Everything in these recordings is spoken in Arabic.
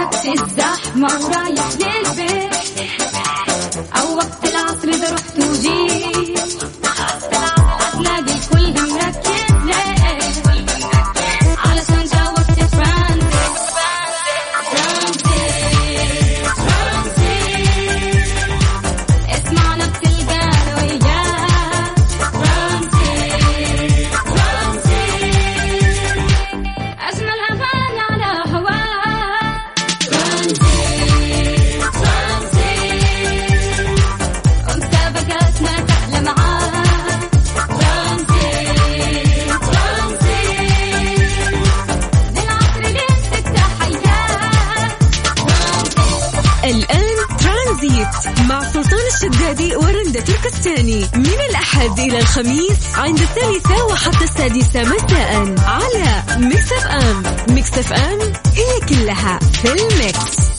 في الزحمة ورايح للبيت أو وقت العصر إذا رحت وجيت هتلاقي الكل مركز ليه علشان جاوبت ترانزيت اسمعنا بتلقانا وياك ترانزيت أجمل أغاني على هواك ترانزيت ومسابقاتنا تحلى معاك ترانزيت للعصر لين التحيات الآن ترانزيت مع سلطان الشدادي ورندة تركستاني من الأحد إلى الخميس عند 3 وحتى 6 مساء على ميكس اف ام. ميكس اف ام هي كلها في الميكس.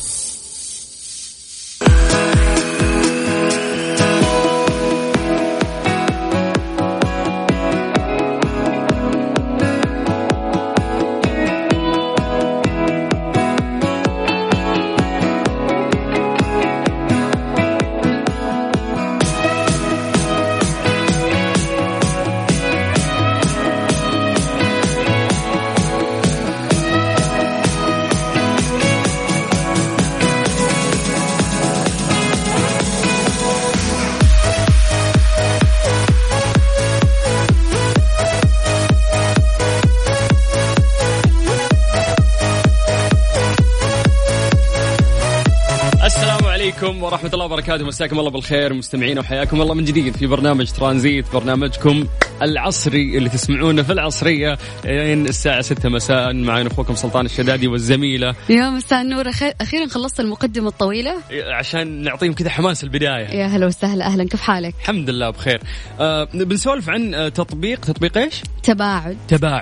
ورحمة الله وبركاته. مساكم الله بالخير مستمعين وحياكم الله من جديد في برنامج ترانزيت، برنامجكم العصري اللي تسمعونه في العصرية الساعة 6 مساء. معين أخوكم سلطان الشدادي والزميلة يا مساء النور. أخيرا خلصت المقدمة الطويلة عشان نعطيهم كذا حماس البداية. يا هلا وسهلا، أهلا، كيف حالك؟ الحمد لله بخير. بنسولف عن تطبيق إيش؟ تباعد.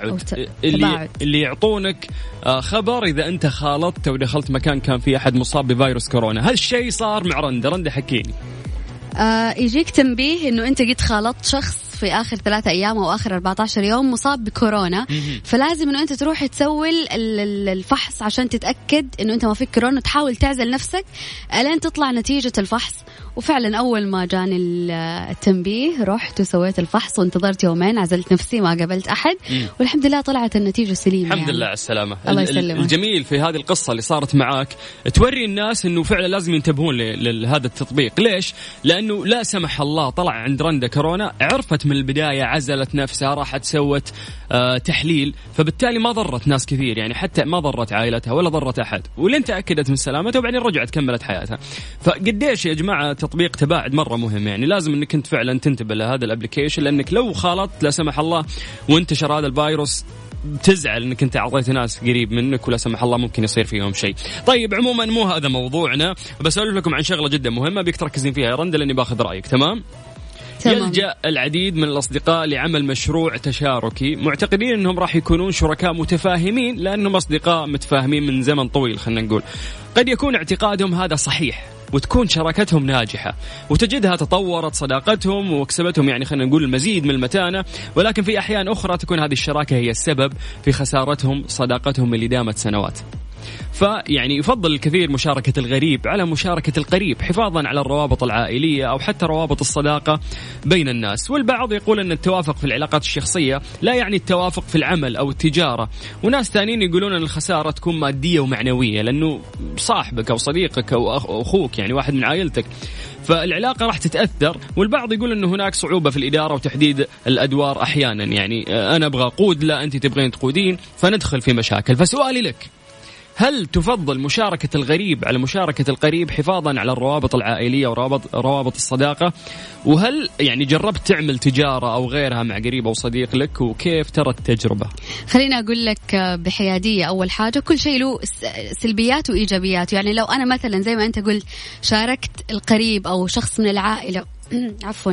اللي يعطونك خبر إذا أنت خالطت أو دخلت مكان كان فيه أحد مصاب بفيروس كورونا. هالشيء صار مع رندة حكيني. يجيك تنبيه إنه أنت قد خالطت شخص في آخر 3 أيام أو آخر 14 يوم مصاب بكورونا، فلازم إنه أنت تروح تسوي الفحص عشان تتأكد إنه أنت ما فيك كورونا. تحاول تعزل نفسك لين تطلع نتيجة الفحص. وفعلا أول ما جاني التنبيه رحت وسويت الفحص وانتظرت يومين، عزلت نفسي ما قابلت أحد، والحمد لله طلعت النتيجة سليمة. الحمد لله على السلامة. الله يسلمك. الجميل في هذه القصة اللي صارت معاك توري الناس إنه فعلا لازم ينتبهون لهذا التطبيق. ليش؟ لأنه لا سمح الله طلع عند رندة كورونا، عرفت من البداية، عزلت نفسها، راحت سوت تحليل، فبالتالي ما ضرت ناس كثير، يعني حتى ما ضرت عائلتها ولا ضرت أحد، ولين تأكدت من سلامتها وبعدين رجعت كملت حياتها. فقديش يا جماعة تطبيق تباعد مرة مهم، يعني لازم انك انت فعلا تنتبه لهذا الابليكيشن، لانك لو خالطت لا سمح الله وانتشر هذا الفيروس تزعل انك انت اعطيت ناس قريب منك ولا سمح الله ممكن يصير فيهم شيء. طيب عموما مو هذا موضوعنا، بسألف لكم عن شغلة جدا مهمة بيك تركزين فيها يا رندة لاني باخذ رأيك. تمام. يلجأ العديد من الأصدقاء لعمل مشروع تشاركي معتقدين أنهم راح يكونون شركاء متفاهمين لأنهم أصدقاء متفاهمين من زمن طويل. خلنا نقول قد يكون اعتقادهم هذا صحيح وتكون شراكتهم ناجحة وتجدها تطورت صداقتهم وكسبتهم يعني خلنا نقول المزيد من المتانة، ولكن في أحيان أخرى تكون هذه الشراكة هي السبب في خسارتهم صداقتهم اللي دامت سنوات. فيعني يفضل الكثير مشاركة الغريب على مشاركة القريب حفاظا على الروابط العائلية أو حتى روابط الصداقة بين الناس. والبعض يقول أن التوافق في العلاقات الشخصية لا يعني التوافق في العمل أو التجارة، وناس ثانيين يقولون أن الخسارة تكون مادية ومعنوية لأنه صاحبك أو صديقك أو أخوك يعني واحد من عائلتك، فالعلاقة راح تتأثر. والبعض يقول أنه هناك صعوبة في الإدارة وتحديد الأدوار أحيانا، يعني أنا أبغى أقود لا أنت تبغين تقودين فندخل في مشاكل. فسؤالي لك، هل تفضل مشاركة الغريب على مشاركة القريب حفاظا على الروابط العائلية وروابط الصداقة؟ وهل يعني جربت تعمل تجارة أو غيرها مع قريب أو صديق لك وكيف ترى التجربة؟ خليني أقول لك بحيادية، أول حاجة كل شيء له سلبيات وإيجابيات. يعني لو أنا مثلا زي ما أنت قلت شاركت القريب أو شخص من العائلة عفوا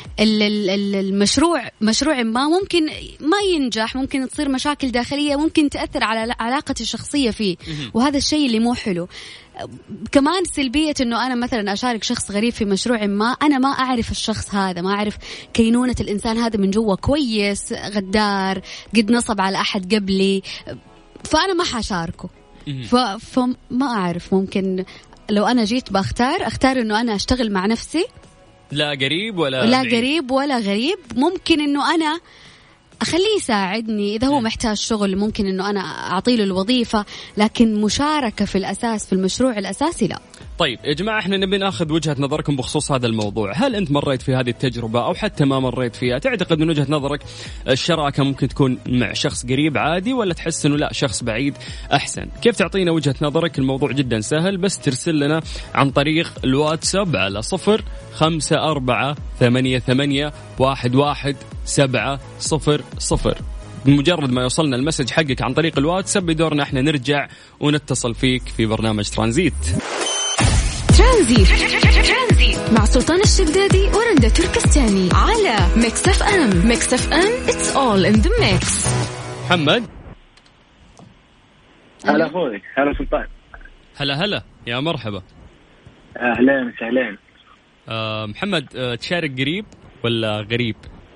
المشروع ما ممكن ما ينجح، ممكن تصير مشاكل داخلية، ممكن تأثر على علاقتي الشخصية فيه، وهذا الشيء اللي مو حلو. كمان سلبية انه انا مثلا اشارك شخص غريب في مشروع ما انا ما اعرف الشخص هذا، ما اعرف كينونة الانسان هذا من جوا كويس غدار قد نصب على احد قبلي، فانا ما حشاركه. فما أعرف، ممكن لو أنا جيت أختار إنه أنا أشتغل مع نفسي، لا قريب ولا لا بعيد. قريب ولا غريب. ممكن إنه أنا أخليه يساعدني إذا هو محتاج شغل، ممكن إنه أنا أعطيله الوظيفة، لكن مشاركة في الأساس في المشروع الأساسي لا. طيب يا جماعة احنا نبي ناخذ وجهة نظركم بخصوص هذا الموضوع. هل أنت مريت في هذه التجربة أو حتى ما مريت فيها؟ تعتقد من وجهة نظرك الشراكة ممكن تكون مع شخص قريب عادي، ولا تحس أنه لا شخص بعيد أحسن؟ كيف تعطينا وجهة نظرك؟ الموضوع جدا سهل، بس ترسل لنا عن طريق الواتساب على 0548811700. بمجرد ما يوصلنا المسج حقك عن طريق الواتساب بدورنا احنا نرجع ونتصل فيك في برنامج ترانزيت مع سلطان الشدادي ورندا تركستاني على ميكس اف ام. ميكس اف ام it's all in the mix. محمد. هلا أخوي. هلا سلطان. هلا يا مرحبا. أهلين وسهلين. محمد، تشارك قريب ولا غريب؟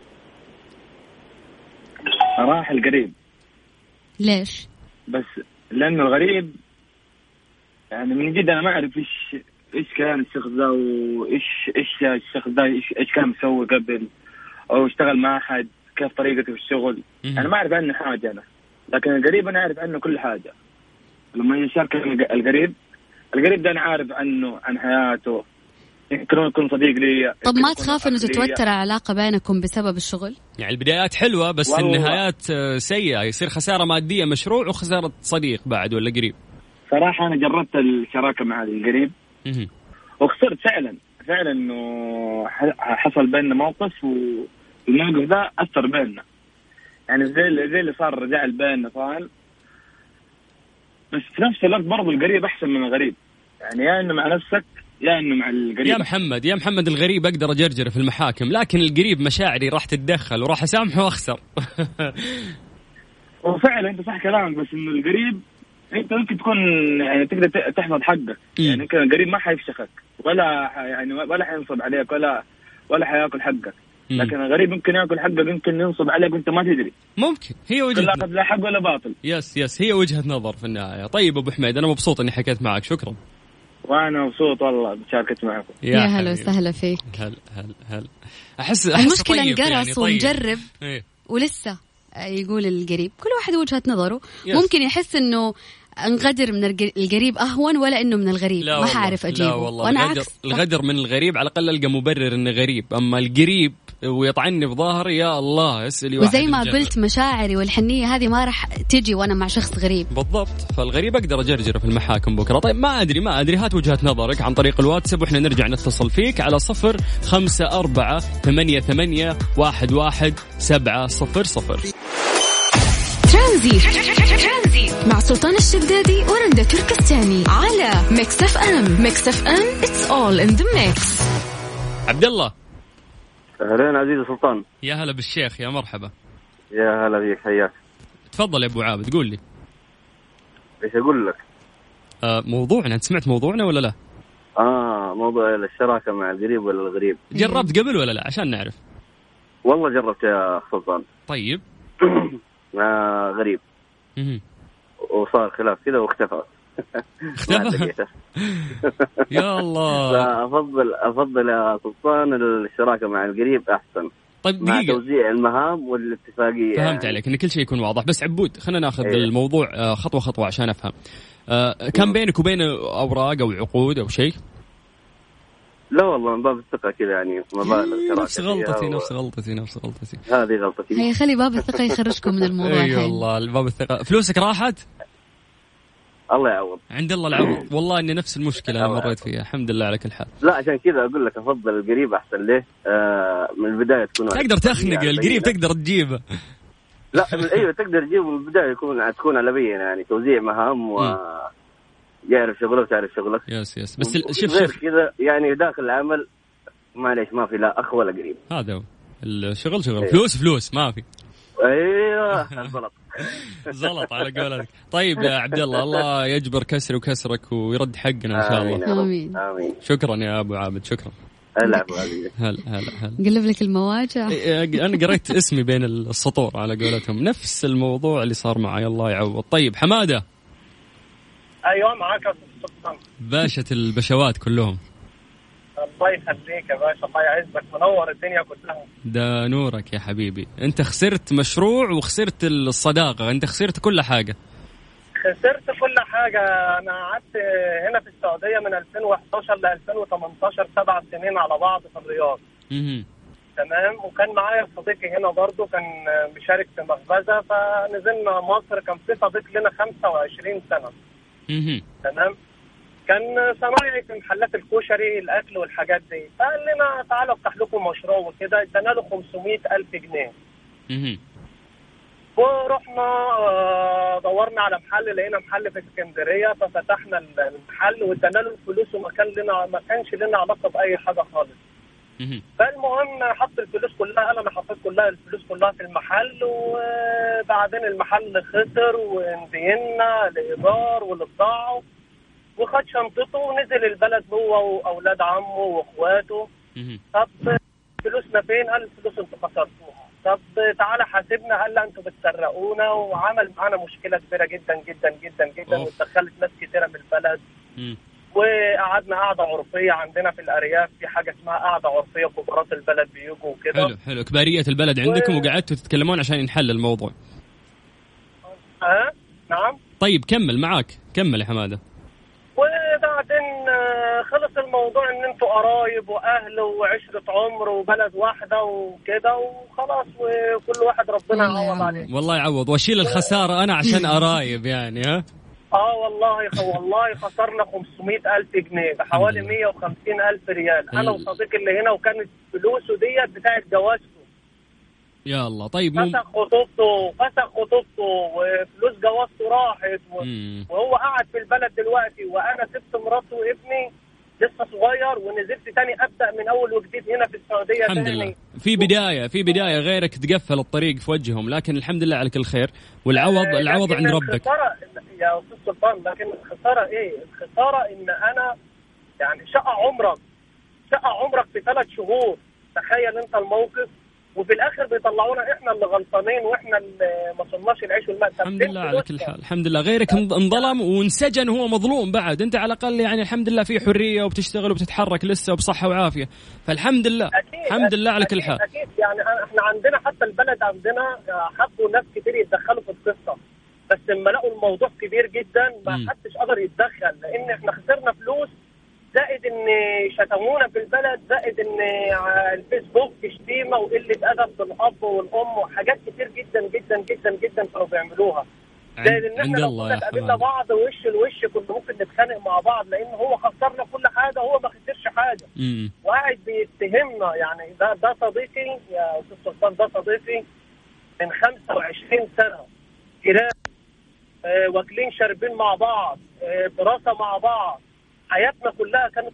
صراحة القريب. ليش؟ بس لأنه الغريب يعني من جد أنا ما أعرف إيش كان الشخص ده، وإيش الشخص ده إيش كان مسوي قبل، أو اشتغل مع أحد، كيف طريقته في الشغل. أنا ما أعرف عنه حاجة أنا، لكن القريب أنا أعرف عنه كل حاجة. لما يشارك القريب ده أنا عارف عنه، عن حياته، يكون صديق لي. طب ما تخاف إنه تتوتر العلاقة بينكم بسبب الشغل؟ يعني البدايات حلوة بس النهايات سيئة، يصير خسارة مادية مشروع وخسارة صديق بعد ولا قريب. صراحة أنا جربت الشراكة مع القريب وخسرت فعلا إنه حصل بيننا موقف، والموقف ده أثر بيننا، يعني زي اللي صار رجع بيننا فاهم. بس في نفس الوقت برضو القريب أحسن من الغريب، يعني يا إنه مع نفسك يا إنه مع القريب. يا محمد الغريب أقدر أجرجر في المحاكم، لكن القريب مشاعري راح تتدخل وراح أسامحه وأخسر. وفعلا أنت صح كلامك، بس إنه القريب أنت ممكن تكون يعني تقدر تحفظ حقك، يعني يمكن القريب ما حيفشخك ولا حينصب عليك ولا حياكل حقك، لكن الغريب ممكن ياكل حقك، يمكن ينصب عليك وأنت ما تدري. ممكن هي وجهة لا حق ولا باطل. يس هي وجهة نظر في النهاية. طيب أبو حميد، أنا مبسوط إني حكيت معك، شكرا. وأنا مبسوط والله بشاركت معكم. يا هلا وسهلا فيك. هل أحس المشكلة طيب انقرص يعني ونجرب إيه؟ ولسه يقول القريب، كل واحد وجهة نظره. يس. ممكن يحس إنه نغدر من القريب أهون ولا إنه من الغريب، ما حعرف أجيبه. لا والله وأنا الغدر من الغريب على الأقل ألقى مبرر إنه غريب، أما القريب ويطعني في ظهري يا الله اسألي واحد. وزي ما قلت مشاعري والحنية هذه ما راح تجي وأنا مع شخص غريب. بالضبط، فالغريب أقدر أجرجره في المحاكم بكرة. طيب ما أدري هات وجهة نظرك عن طريق الواتساب وإحنا نرجع نتصل فيك على 0548811700. ترانزيت مع سلطان الشدادي ورندا تركستاني على ميكس اف ام. ميكس اف ام it's all in the mix. عبد الله. أهلين عزيزي سلطان. يا هلا بالشيخ، يا مرحبا. يا هلا بيك، حياك. تفضل يا أبو عابد، قول لي. إيش أقول لك؟ موضوعنا، أنت سمعت موضوعنا ولا لا؟ موضوع الشراكة مع القريب ولا الغريب. جربت قبل ولا لا عشان نعرف؟ والله جربت يا سلطان. طيب. غريب. وصار خلاف كذا واختفى. اختفى. يا الله. أفضل يا سلطان الشراكة مع القريب أحسن. طيب مع توزيع المهام والاتفاقية. فهمت عليك إن كل شيء يكون واضح. بس عبود خلينا ناخذ الموضوع خطوة خطوة عشان أفهم. كان بينك وبينه أوراق أو عقود أو شيء؟ لا والله من باب الثقة كذا، يعني نفس غلطتي. هذه غلطتي. هي خلي باب الثقة يخرجكم من الموضوع. أي والله الباب الثقة. فلوسك راحت؟ الله يعوض. عند الله العوض. والله إني نفس المشكلة أنا مريت فيها، الحمد لله على كل حال. لا عشان كذا أقول لك أفضل القريب أحسن. ليه؟ من البداية تكون تقدر تخنق القريب، تقدر تجيبه. لا أيوة تقدر تجيبه من البداية، تكون على بينة، يعني توزيع مهام يعرف شغله وتعرف شغلك. يس بس شوف كذا يعني داخل العمل معليش ما في لا أخ ولا قريب. هذا هو الشغل. أيوة. فلوس ما في. ايوه زلط على قولك. طيب يا عبد الله يجبر كسري وكسرك ويرد حقنا ان شاء الله. امين. شكرا يا ابو عابد، شكرا. هلا ابو عابد. هلا قلب لك المواجع. انا قريت اسمي بين السطور على قولتهم، نفس الموضوع اللي صار معي، الله يعوض. طيب حماده. ايوه معاك يا استاذ سلطان. باشا البشوات كلهم. الله يخليك يا باشا، الله يعزك، منور الدنيا كلها. ده نورك يا حبيبي. انت خسرت مشروع وخسرت الصداقة، انت خسرت كل حاجة. خسرت كل حاجة. أنا قعدت هنا في السعودية من 2011 ل 2018 7 سنين على بعض في الرياض. تمام. وكان معايا صديقي هنا برضو كان مشارك في مخبزة، فنزلنا مصر. كان في صديق لنا 25 سنة. تمام. كان صنايعي في محلات الكشري الأكل والحاجات دي، فقال لنا تعالوا افتح لكم مشروع وكده. ادانا له 500,000 جنيه. ورحنا دورنا على محل، لقينا محل في اسكندريه، ففتحنا المحل وادانا له الفلوس، ما كانش لنا علاقه باي حاجه خالص. فالمهم حط الفلوس كلها، انا حطيت كلها الفلوس كلها في المحل، وبعدين المحل خسر وندينا الايجار والبضاعه، وخد شنطته ونزل البلد هو واولاد عمه واخواته. طب فلوسنا فين؟ قال الفلوس انتوا خسرتوها. طب تعالى حاسبنا. قال لا انتوا بتسرقونا. وعمل معانا مشكله كبيره جدا جدا جدا جدا، ودخلت ناس كتيره من البلد. وقعدنا قعده عرفيه عندنا في الارياف، في حاجه اسمها قعده عرفيه، كبارات البلد بيجوا وكده. حلو كباريه البلد عندكم وقعدتوا تتكلمون عشان ينحل الموضوع. نعم. طيب كمل يا حماده. وبعدين خلص الموضوع ان انتوا قرايب واهل وعشرة عمر وبلد واحدة وكده وخلاص، وكل واحد ربنا يعوض عليه. والله يعوض. واشيل الخسارة انا عشان قرايب يعني. ها والله خسرنا 500,000 جنيه بحوالي 150,000 ريال. انا وصديقي اللي هنا، وكانت فلوسه ديت بتاعت جوازته. يا الله. طيب فسخ خطوبته وفلوس جوازته راحت وهو قاعد في البلد دلوقتي، وانا سبت مراتي وابني لسه صغير ونزلت تاني ابدا من اول وجديد هنا في السعوديه. الحمد لله في بدايه غيرك تقفل الطريق في وجههم، لكن الحمد لله على كل خير، والعوض عند ربك يا استاذ سلطان. لكن الخساره ايه؟ الخساره ان انا يعني شقه عمرك في 3 شهور. تخيل انت الموقف، وفي الاخر بيطلعونا احنا اللي غلطانين واحنا اللي ما صناش العيش والماء. الحمد لله على كل حال. الحمد لله. غيرك انظلم وانسجن، هو مظلوم بعد. انت على الاقل يعني الحمد لله في حريه وبتشتغل وبتتحرك لسه وبصحه وعافيه، فالحمد لله. الحمد لله على كل حال. اكيد يعني احنا عندنا حتى البلد عندنا حبوا ناس كتير يتدخلوا في القصه، بس لما لقوا الموضوع كبير جدا ما حدش قدر يتدخل، لان احنا خسرنا فلوس، زائد ان شتمونا في البلد، زائد ان الفيسبوك شتيمه وقله ادب بالاب والام وحاجات كتير جدا جدا جدا جدا كانوا بيعملوها. زائد ان احنا لو كنا قابلنا بعض وش لوش كنا ممكن نتخانق مع بعض، لان هو خسرنا كل حاجه وهو ما خسرش حاجه. وقاعد بيتهمنا. يعني ده صديقي يا استاذ سلطان، ده صديقي من 25 سنه، جيران واكلين شاربين مع بعض، دراسه مع بعض، حياتنا كلها كانت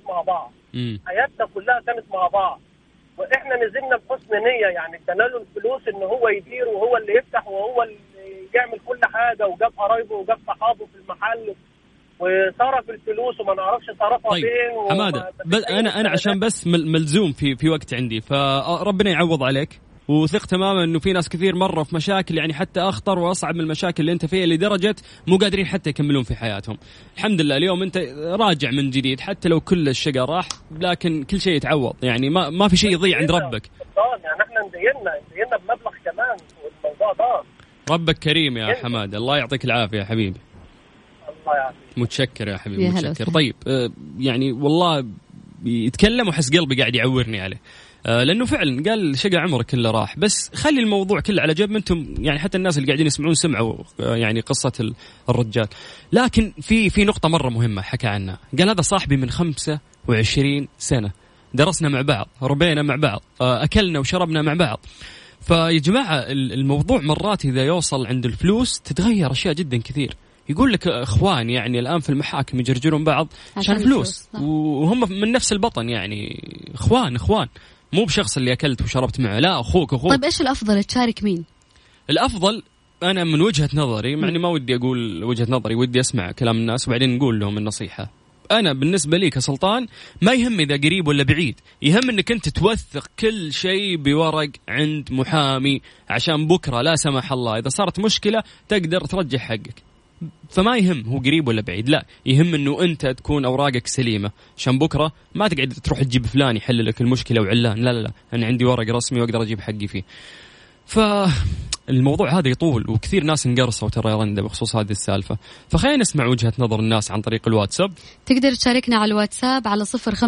مع بعض. واحنا نزلنا بحسن نيه، يعني ادانا له الفلوس ان هو يدير وهو اللي يفتح وهو اللي يعمل كل حاجه، وجاب قرايبه وجاب صحابه في المحل وصرف الفلوس وما نعرفش صرفها فين. طيب حماده، انا عشان بس ملزوم في وقت عندي، فربنا يعوض عليك، وثق تماما انه في ناس كثير مروا في مشاكل يعني حتى اخطر واصعب من المشاكل اللي انت فيها، لدرجه مو قادرين حتى يكملون في حياتهم. الحمد لله اليوم انت راجع من جديد، حتى لو كل الشقة راح، لكن كل شيء يتعوض. يعني ما في شيء يضيع عند ربك. يعني احنا ندينا بمبلغ كمان، والموضوع ده ربك كريم يا حماد. الله يعطيك العافيه يا حبيبي. الله يعافيك. متشكر يا حبيبي، متشكر. طيب يعني والله يتكلم وحس قلبي قاعد يعورني عليه، لأنه فعلا قال شقة عمرك كله راح. بس خلي الموضوع كله على جنب. أنتم يعني حتى الناس اللي قاعدين يسمعون سمعوا يعني قصة الرجال، لكن في نقطة مرة مهمة حكى عنها. قال هذا صاحبي من 25 سنة، درسنا مع بعض، ربينا مع بعض، أكلنا وشربنا مع بعض. فيا جماعة الموضوع مرات إذا يوصل عند الفلوس تتغير أشياء جدا كثير. يقول لك اخوان يعني الان في المحاكم يجرجرون بعض عشان فلوس، وهم من نفس البطن، يعني اخوان مو بشخص اللي اكلت وشربت معه، لا اخوك. طيب ايش الافضل، تشارك مين؟ الافضل انا من وجهة نظري، مع اني ما ودي اقول وجهة نظري، ودي اسمع كلام الناس وبعدين نقول لهم النصيحة. انا بالنسبة لي كسلطان ما يهم اذا قريب ولا بعيد، يهم انك انت توثق كل شيء بورق عند محامي، عشان بكرة لا سمح الله اذا صارت مشكلة تقدر ترجع حقك. فما يهم هو قريب ولا بعيد، لا يهم انه انت تكون اوراقك سليمه، عشان بكره ما تقعد تروح تجيب فلان يحل لك المشكله وعلان، لا لا لا انا عندي ورق رسمي واقدر اجيب حقي فيه. فالموضوع هذا يطول وكثير ناس انقرصوا ترى يا رندا بخصوص هذه السالفة، فخلينا نسمع وجهة نظر الناس عن طريق الواتساب. تقدر تشاركنا على الواتساب على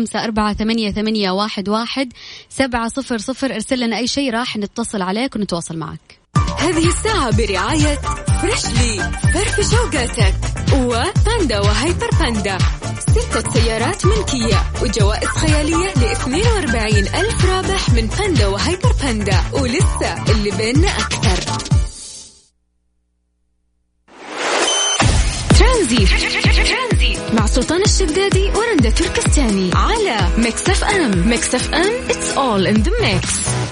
0548811700. ارسل لنا أي شيء راح نتصل عليك ونتواصل معك. هذه الساعة برعاية فريشلي فرف شوقاتك وباندا وهيبر باندا، 6 سيارات ملكية وجوائز خيالية ل42 ألف رابح من باندا وهيبر باندا، ولسه اللي بيننا أكثر. ترانزيت مع سلطان الشدادي ورندا تركستاني على ميكس اف ام. ميكس اف ام it's all in the mix.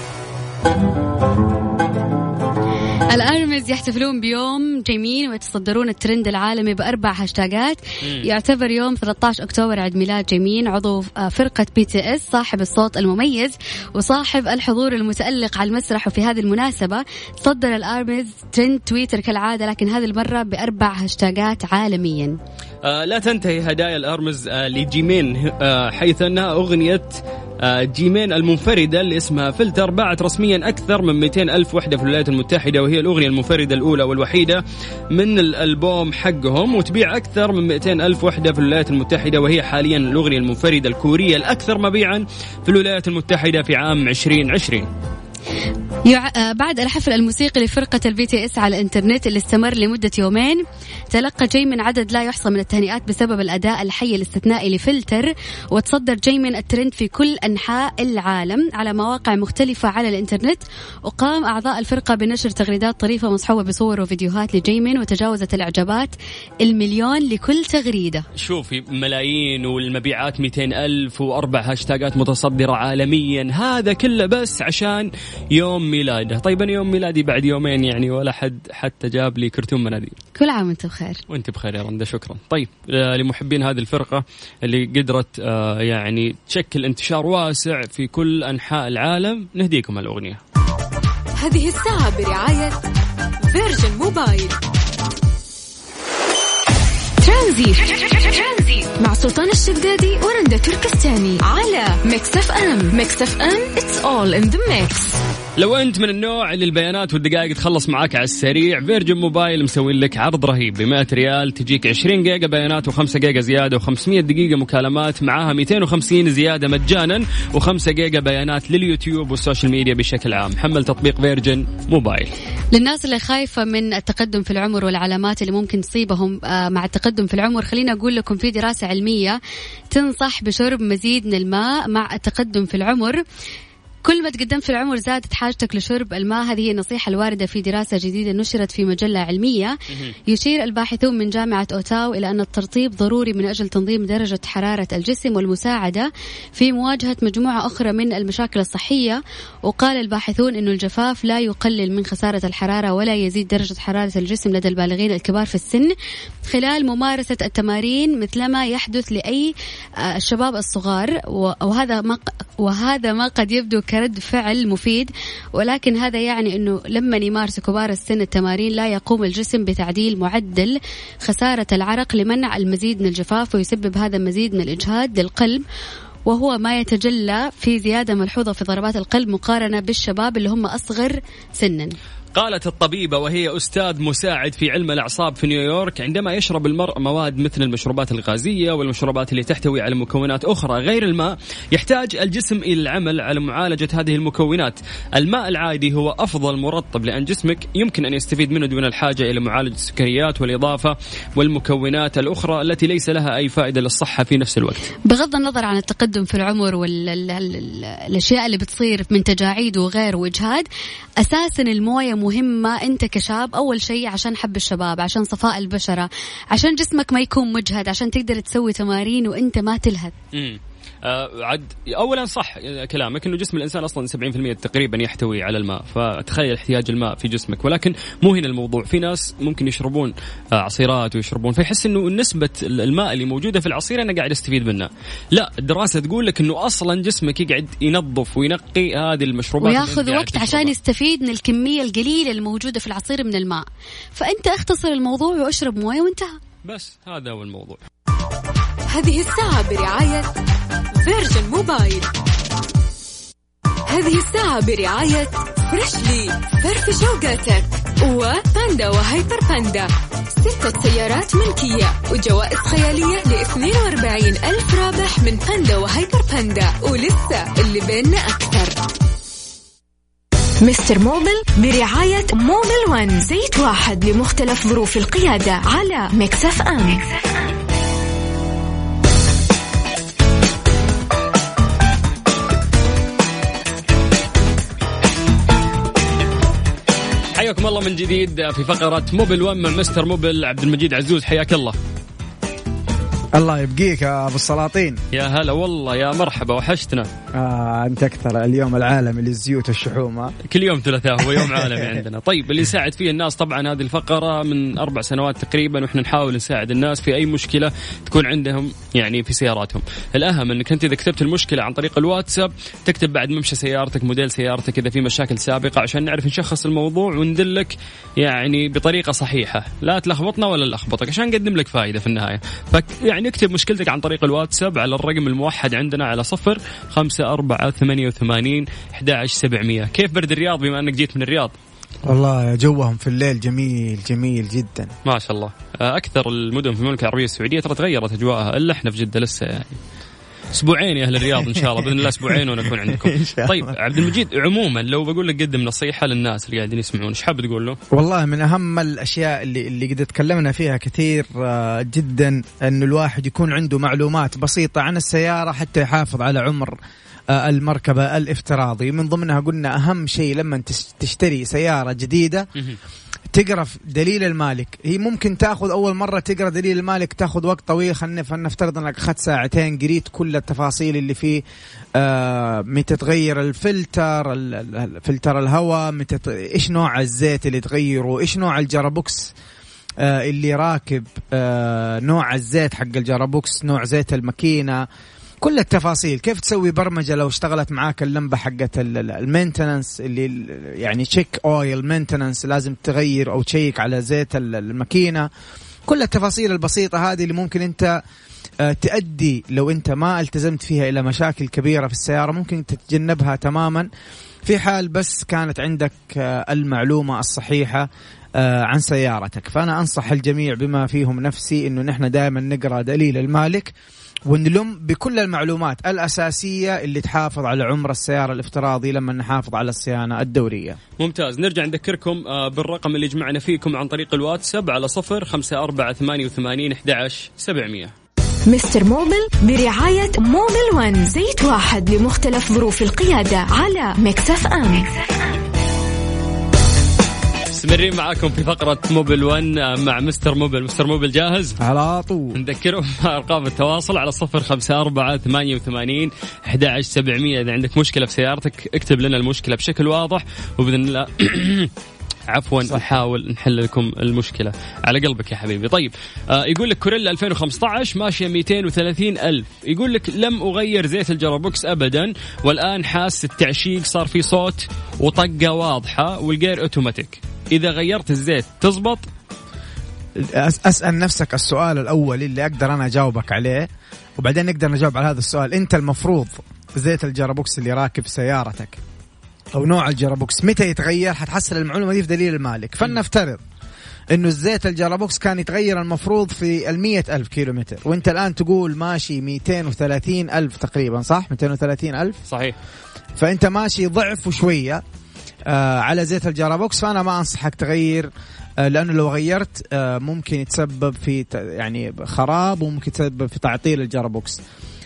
الأرمز يحتفلون بيوم جيمين ويتصدرون الترند العالمي ب4 هاشتاجات. يعتبر يوم 13 أكتوبر عيد ميلاد جيمين، عضو فرقة BTS صاحب الصوت المميز وصاحب الحضور المتألق على المسرح. وفي هذه المناسبة صدر الأرمز ترند تويتر كالعادة، لكن هذه المرة ب4 هاشتاجات عالميا. لا تنتهي هدايا الأرمز لجيمين، حيث أنها أغنية جيمين المنفردة اللي اسمها فلتر باعت رسميا أكثر من 200 ألف وحدة في الولايات المتحدة، وهي الأغنية المنفردة الأولى والوحيدة من الألبوم حقهم، وتبيع أكثر من 200 ألف وحدة في الولايات المتحدة، وهي حاليا الأغنية المنفردة الكورية الأكثر مبيعا في الولايات المتحدة في عام 2020. بعد الحفل الموسيقي لفرقة BTS على الانترنت اللي استمر لمدة يومين، تلقى جيمين عدد لا يحصى من التهنئات بسبب الأداء الحي الاستثنائي لفلتر، وتصدر جيمين الترند في كل أنحاء العالم على مواقع مختلفة على الانترنت. وقام أعضاء الفرقة بنشر تغريدات طريفة مصحوبة بصور وفيديوهات لجيمين، وتجاوزت الإعجابات 1,000,000 لكل تغريدة. شوفي ملايين والمبيعات 200,000 و4 هاشتاجات متصدرة عالميا، هذا كله بس عشان يوم ميلاده. طيب أنا يوم ميلادي بعد يومين يعني، ولا حد حتى جاب لي كرتون مناديل. كل عام وانت بخير. وانت بخير يا رندا، شكرا. طيب لمحبين هذه الفرقة اللي قدرت يعني تشكل انتشار واسع في كل أنحاء العالم، نهديكم الأغنية. هذه الساعة برعاية فيرجن موبايل. ترانزيت مع سلطان الشدادي ورندا تركستاني على ميكس اف ام. ميكس اف ام it's all in the mix. لو أنت من النوع اللي البيانات والدقائق تخلص معاك على السريع، فيرجن موبايل مسوي لك عرض رهيب. ب100 ريال تجيك 20 جيجا بيانات و5 جيجا زيادة و500 دقيقة مكالمات، معاها 250 زيادة مجانا و5 جيجا بيانات لليوتيوب والسوشيال ميديا بشكل عام. حمل تطبيق فيرجن موبايل. للناس اللي خايفة من التقدم في العمر والعلامات اللي ممكن تصيبهم مع التقدم في العمر، خلينا أقول لكم في دراسة علمية تنصح بشرب مزيد من الماء مع التقدم في العمر. كل ما تقدمت في العمر زادت حاجتك لشرب الماء، هذه هي النصيحة الواردة في دراسة جديدة نشرت في مجلة علمية. يشير الباحثون من جامعة أوتاو إلى أن الترطيب ضروري من أجل تنظيم درجة حرارة الجسم والمساعدة في مواجهة مجموعة أخرى من المشاكل الصحية. وقال الباحثون أن الجفاف لا يقلل من خسارة الحرارة ولا يزيد درجة حرارة الجسم لدى البالغين الكبار في السن خلال ممارسة التمارين مثلما يحدث لأي الشباب الصغار. وهذا ما قد يبدو كرد فعل مفيد، ولكن هذا يعني أنه لما يمارس كبار السن التمارين لا يقوم الجسم بتعديل معدل خسارة العرق لمنع المزيد من الجفاف، ويسبب هذا المزيد من الإجهاد للقلب، وهو ما يتجلى في زيادة ملحوظة في ضربات القلب مقارنة بالشباب اللي هم أصغر سنا. قالت الطبيبة وهي أستاذ مساعد في علم الأعصاب في نيويورك: عندما يشرب المرء مواد مثل المشروبات الغازية والمشروبات اللي تحتوي على مكونات أخرى غير الماء، يحتاج الجسم إلى العمل على معالجة هذه المكونات. الماء العادي هو أفضل مرطب، لأن جسمك يمكن أن يستفيد منه دون الحاجة إلى معالجة السكريات والإضافة والمكونات الأخرى التي ليس لها أي فائدة للصحة في نفس الوقت. بغض النظر عن التقدم في العمر والأشياء اللي بتصير من تجاعيد وغير وإجهاد، أساسا الموية مهمة. أنت كشاب أول شيء عشان حب الشباب، عشان صفاء البشرة، عشان جسمك ما يكون مجهد، عشان تقدر تسوي تمارين وأنت ما تلهث. عد اولا صح كلامك انه جسم الانسان اصلا 70% تقريبا يحتوي على الماء، فتخيل احتياج الماء في جسمك. ولكن مو هنا الموضوع، في ناس ممكن يشربون عصيرات ويشربون فيحس انه نسبه الماء اللي موجوده في العصير انا قاعد استفيد منها. لا، الدراسه تقول لك انه اصلا جسمك يقعد ينظف وينقي هذه المشروبات وياخذ وقت عشان يستفيد من الكميه القليله الموجوده في العصير من الماء. فانت اختصر الموضوع واشرب مويه وانتهى. بس هذا هو الموضوع. هذه الساعة برعاية فيرجن موبايل. هذه الساعة برعاية فريشلي فرف شوقاتك وباندا وهايبر باندا. 6 سيارات ملكية وجوائز خيالية ل42 ألف رابح من باندا وهايبر باندا، ولسه اللي بيننا أكثر. مستر موبل برعاية موبل 1، زيت واحد لمختلف ظروف القيادة على ميكس اف ام. حياكم الله من جديد في فقرة موبل 1 مع مستر موبل. عبد المجيد عزوز حياك الله. الله يبقيك يا أبو السلاطين. يا هلا والله، يا مرحبا، وحشتنا. أنت أكثر. اليوم العالمي للزيوت والشحوم، كل يوم ثلاثاء هو يوم عالمي عندنا. طيب اللي يساعد فيه الناس طبعا هذه الفقرة من 4 سنوات تقريبا، وإحنا نحاول نساعد الناس في أي مشكلة تكون عندهم يعني في سياراتهم. الأهم أنك أنت إذا كتبت المشكلة عن طريق الواتساب تكتب بعد ممشى سيارتك، موديل سيارتك، إذا في مشاكل سابقة، عشان نعرف نشخص الموضوع وندلك يعني بطريقة صحيحة، لا تلخبطنا ولا نلخبطك، عشان نقدم لك فائدة في النهاية. يعني اكتب مشكلتك عن طريق الواتساب على الرقم الموحد عندنا على 0548811700. كيف برد الرياض بما أنك جيت من الرياض؟ والله جوهم في الليل جميل جميل جدا ما شاء الله. أكثر المدن في المملكة العربية السعودية ترى تغيرت أجواءها، إلا إحنا في جدة لسه يعني أسبوعين يا أهل الرياض إن شاء الله بإذن الله، أسبوعين ونكون عندكم. طيب عبد المجيد، عموما لو بقول لك قدم نصيحة للناس اللي قاعدين يسمعون، إيش حاب تقول له؟ والله من أهم الأشياء اللي قد تكلمنا فيها كثير جدا إنه الواحد يكون عنده معلومات بسيطة عن السيارة حتى يحافظ على عمر المركبة الافتراضي. من ضمنها قلنا أهم شيء لما تشتري سيارة جديدة تقرأ دليل المالك. هي ممكن تأخذ أول مرة تقرأ دليل المالك تأخذ وقت طويل، فلنفترض أنك أخذت 2 ساعة قريت كل التفاصيل اللي فيه، متى تغير الفلتر، فلتر الهواء، إيش نوع الزيت اللي تغيره، إيش نوع الجرابوكس اللي راكب، نوع الزيت حق الجرابوكس، نوع زيت الماكينة، كل التفاصيل، كيف تسوي برمجة لو اشتغلت معاك اللمبة حقة المينتننس اللي يعني تشيك اويل مينتننس، لازم تغير او تشيك على زيت الماكينة. كل التفاصيل البسيطة هذه اللي ممكن انت تؤدي لو انت ما التزمت فيها الى مشاكل كبيرة في السيارة، ممكن تتجنبها تماما في حال بس كانت عندك المعلومة الصحيحة عن سيارتك. فأنا أنصح الجميع بما فيهم نفسي إنه نحن دائما نقرأ دليل المالك ونلم بكل المعلومات الأساسية اللي تحافظ على عمر السيارة الافتراضي لما نحافظ على الصيانة الدورية. ممتاز. نرجع نذكركم بالرقم اللي جمعنا فيكم عن طريق الواتساب على 0548811700. مستر موبل برعاية موبل 1، زيت واحد لمختلف ظروف القيادة على ميكس اف ام. مستمرين معاكم في فقرة موبل 1 مع مستر موبل. مستر موبل جاهز؟ على طول. نذكرهم أرقام التواصل على 0548811700. إذا عندك مشكلة في سيارتك اكتب لنا المشكلة بشكل واضح وبإذن الله عفوا نحاول نحل لكم المشكلة على قلبك يا حبيبي. طيب يقول لك كوريلا 2015 ماشية 230 ألف. يقول لك لم أغير زيت الجرابوكس أبدا، والآن حاس التعشيق صار في صوت وطقة واضحة والجير أوتوماتيك. إذا غيرت الزيت تزبط؟ أسأل نفسك السؤال الأول اللي أقدر أنا أجاوبك عليه، وبعدين نقدر نجاوب على هذا السؤال. أنت المفروض زيت الجرابوكس اللي راكب سيارتك أو نوع الجرابوكس متى يتغير؟ حتحصل المعلومة دي في دليل المالك. فلنفترض إنه الزيت الجرابوكس كان يتغير المفروض في 100,000 كيلومتر، وأنت الآن تقول ماشي 230,000 تقريبا، صح؟ 230,000 صحيح. فأنت ماشي ضعف وشوية على زيت الجرابوكس. فأنا ما أنصحك تغير، لأنه لو غيرت ممكن يتسبب في يعني خراب، وممكن يتسبب في تعطيل الجرابوكس.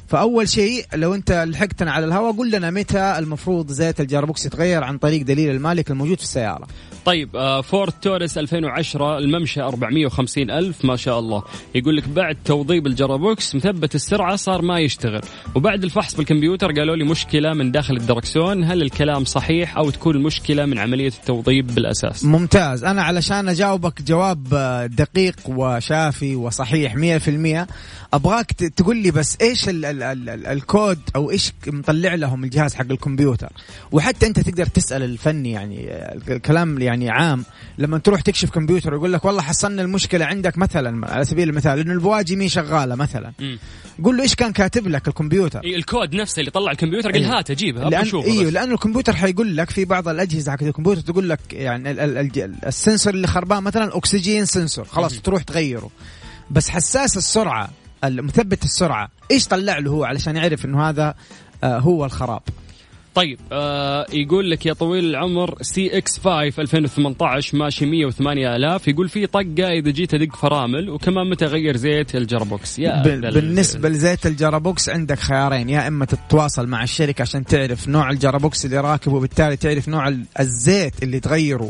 فأول شيء لو أنت لحقتنا على الهواء قل لنا متى المفروض زيت الجيربوكس يتغير عن طريق دليل المالك الموجود في السيارة. طيب فورد توريس 2010 الممشى 450 ألف ما شاء الله. يقول لك بعد توضيب الجيربوكس مثبت السرعة صار ما يشتغل، وبعد الفحص بالكمبيوتر قالوا لي مشكلة من داخل الدركسون. هل الكلام صحيح أو تكون المشكلة من عملية التوضيب بالأساس؟ ممتاز. أنا علشان أجاوبك جواب دقيق وشافي وصحيح 100% أبغاك تقول لي بس إيش الكود أو إيش مطلع لهم الجهاز حق الكمبيوتر. وحتى أنت تقدر تسأل الفني، يعني الكلام يعني عام. لما تروح تكشف كمبيوتر ويقول لك والله حصلنا المشكلة عندك مثلا على سبيل المثال إنه البواجي مي شغالة مثلا، قول له إيش كان كاتب لك الكمبيوتر. الكود نفسه اللي طلع الكمبيوتر قال هات أجيبها لأنه الكمبيوتر حيقول لك في بعض الأجهزة حق الكمبيوتر تقول لك يعني السنسور اللي خربان مثلا أكسجين سنسور، خلاص تروح تغيره. بس حساس السرعة المثبت السرعة إيش طلع له هو علشان يعرف إنه هذا هو الخراب. طيب يقول لك يا طويل العمر CX5 2018 ماشي 108,000. يقول في طقة إذا جيت أدق فرامل، وكمان متى غير زيت الجربوكس. بالنسبة لزيت الجربوكس عندك خيارين، يا إما تتواصل مع الشركة عشان تعرف نوع الجربوكس اللي راكبه وبالتالي تعرف نوع الزيت اللي تغيره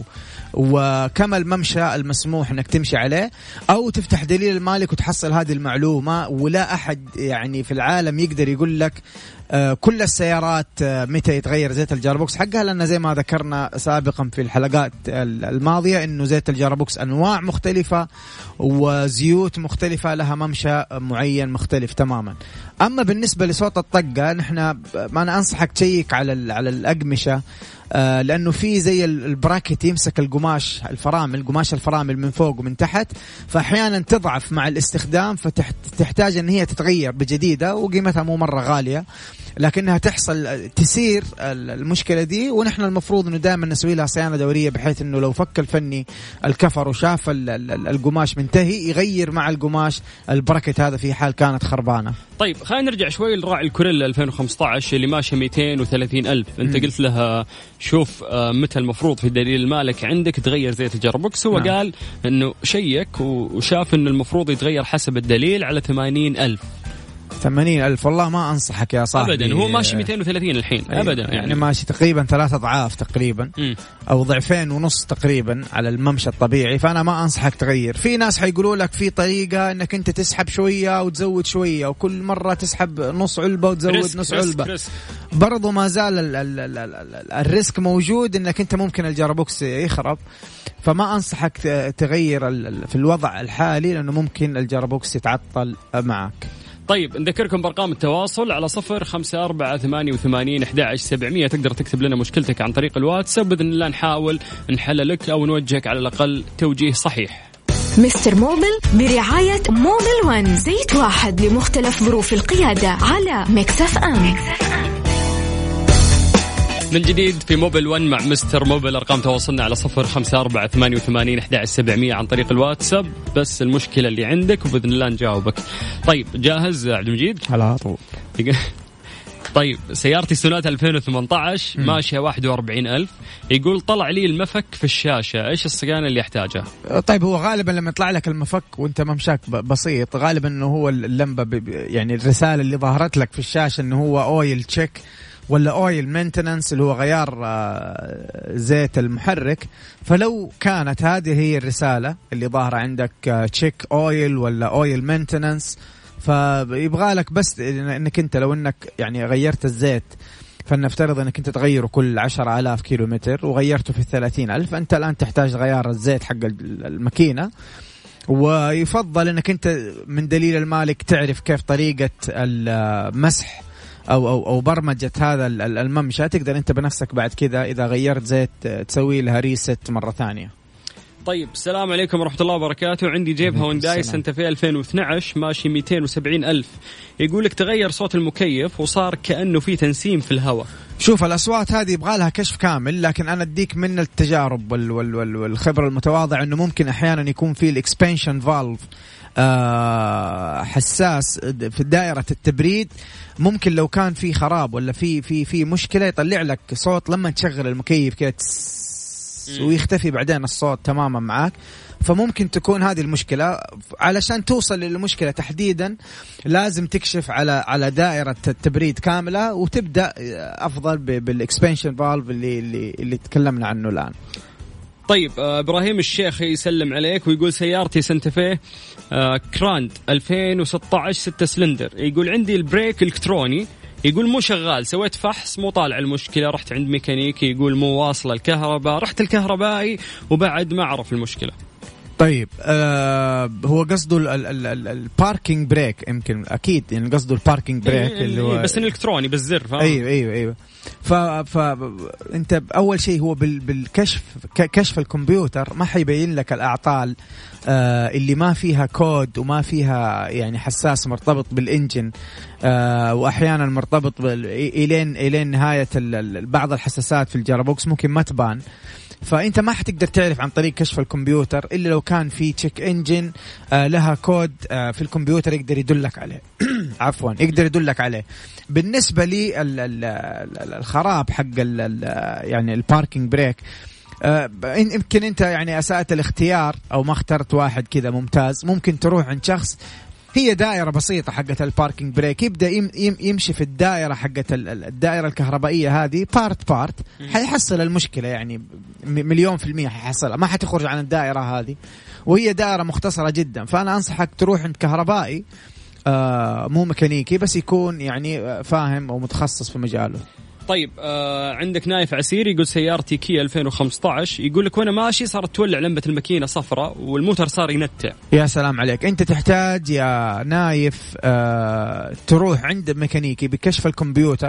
وكم الممشى المسموح انك تمشي عليه، او تفتح دليل المالك وتحصل هذه المعلومة. ولا احد يعني في العالم يقدر يقول لك كل السيارات متى يتغير زيت الجيربوكس حقها، لأن زي ما ذكرنا سابقا في الحلقات الماضية إنه زيت الجيربوكس أنواع مختلفة وزيوت مختلفة لها ممشى معين مختلف تماما. أما بالنسبة لصوت الطقة نحن ما أنا أنصحك تشيك على الأقمشة، لأنه في زي البراكت يمسك القماش قماش الفرامل من فوق ومن تحت، فأحيانا تضعف مع الاستخدام فتحتاج أن هي تتغير بجديدة، وقيمتها مو مرة غالية لكنها تسير المشكلة دي. ونحن المفروض أنه دائما نسوي لها صيانة دورية، بحيث أنه لو فك الفني الكفر وشاف القماش منتهي يغير مع القماش البراكت هذا في حال كانت خربانة. طيب خلينا نرجع شوي لراعي الكوريلا 2015 اللي ماشي 230,000. أنت قلت لها شوف متى المفروض في دليل المالك عندك تغير زيت الجيربوكس. هو قال أنه شيك وشاف أنه المفروض يتغير حسب الدليل على 80,000. 80,000 والله ما أنصحك يا صاحبي أبدا. هو ماشي 230 الحين أبدا، يعني ماشي تقريبا 3 أضعاف تقريبا أو 2.5 تقريبا على الممشى الطبيعي. فأنا ما أنصحك تغير. في ناس حيقولوا لك في طريقة أنك أنت تسحب شوية وتزود شوية، وكل مرة تسحب نص علبة وتزود نص علبة. برضو ما زال الريسك موجود أنك أنت ممكن الجيربوكس يخرب. فما أنصحك تغير في الوضع الحالي، لأنه ممكن الجيربوكس يتعطل معك. طيب نذكركم بأرقام التواصل على 0548811700. تقدر تكتب لنا مشكلتك عن طريق الواتساب، بإذن الله نحاول نحل لك أو نوجهك على الأقل توجيه صحيح. مستر موبل برعاية موبل 1، زيت واحد لمختلف ظروف القيادة على ميكس اف ام. من جديد في موبل 1 مع مستر موبل. أرقام تواصلنا على 0548811700 عن طريق الواتساب. بس المشكلة اللي عندك وبإذن الله نجاوبك. طيب جاهز عبد المجيد؟ على طول. طيب سيارتي سوناتا 2018 ماشية 41,000. يقول طلع لي المفك في الشاشة، إيش الصيانة اللي يحتاجها؟ طيب هو غالبا لما يطلع لك المفك وانت ممشاك بسيط غالبا انه هو اللمبة يعني الرسالة اللي ظهرت لك في الشاشة انه هو اويل تشيك ولا اويل مينتننس اللي هو غيار زيت المحرك. فلو كانت هذه هي الرسالة اللي ظاهرة عندك تشيك اويل ولا اويل مينتننس، فيبغى لك بس انك انت لو انك يعني غيرت الزيت، فلنفترض انك انت تغيره كل 10,000 كيلومتر وغيرته في 30,000، انت الان تحتاج غيار الزيت حق الماكينة. ويفضل انك انت من دليل المالك تعرف كيف طريقة المسح أو برمجة هذا الممشى. تقدر أنت بنفسك بعد كذا إذا غيرت زيت تسوي لها ريست مرة ثانية. طيب السلام عليكم ورحمة الله وبركاته. عندي جيب هونداي سنة في 2012 ماشي 270,000. يقولك تغير صوت المكيف وصار كأنه في تنسيم في الهواء. شوف الأصوات هذه يبغى لها كشف كامل، لكن أنا أديك من التجارب والخبرة المتواضعة أنه ممكن أحيانا يكون في الإكسبانشن فالف حساس في دائرة التبريد. ممكن لو كان في خراب ولا في مشكلة يطلع لك صوت لما تشغل المكيف كده ويختفي بعدين الصوت تماما معاك. فممكن تكون هذه المشكلة. علشان توصل للمشكلة تحديدا لازم تكشف على دائرة التبريد كاملة، وتبدأ أفضل بالإكسبانشن فالف اللي تكلمنا عنه الآن. طيب إبراهيم الشيخ يسلم عليك ويقول سيارتي سنتفيه كراند 2016 6 سلندر، يقول عندي البريك الكتروني، يقول مو شغال، سويت فحص مو طالع المشكلة، رحت عند ميكانيكي يقول مو واصلة الكهرباء، رحت الكهربائي وبعد ما عرف المشكلة. طيب هو قصده الباركينج بريك، يمكن اكيد يعني قصده الباركينج بريك اللي هو بس الالكتروني بالزر. ايوه انت اول شيء هو بالكشف كشف الكمبيوتر ما حيبين لك الاعطال اللي ما فيها كود وما فيها يعني حساس مرتبط بالانجن، واحيانا مرتبط الين نهايه بعض الحساسات في الجرابوكس ممكن ما تبان. فأنت ما حتقدر تعرف عن طريق كشف الكمبيوتر إلا لو كان في تشيك انجن لها كود في الكمبيوتر يقدر يدلك عليه عفوا يقدر يدلك عليه. بالنسبة لي الخراب حق يعني الباركينج بريك، يمكن أنت يعني أسأت الاختيار أو ما اخترت واحد كذا ممتاز. ممكن تروح عند شخص هي دائرة بسيطة حقة الباركينج بريك، يبدأ يمشي في الدائرة حقة الدائرة الكهربائية هذه بارت حيحصل المشكلة، يعني 1,000,000% حيحصلها، ما حتخرج عن الدائرة هذه، وهي دائرة مختصرة جدا. فأنا أنصحك تروح عند كهربائي مو ميكانيكي، بس يكون يعني فاهم أو متخصص في مجاله. طيب عندك نايف عسير يقول سيارتي كيا 2015، يقول لك وانا ماشي صارت تولع لمبة الماكينة صفراء والموتر صار ينتع. يا سلام عليك، انت تحتاج يا نايف تروح عند ميكانيكي بكشف الكمبيوتر.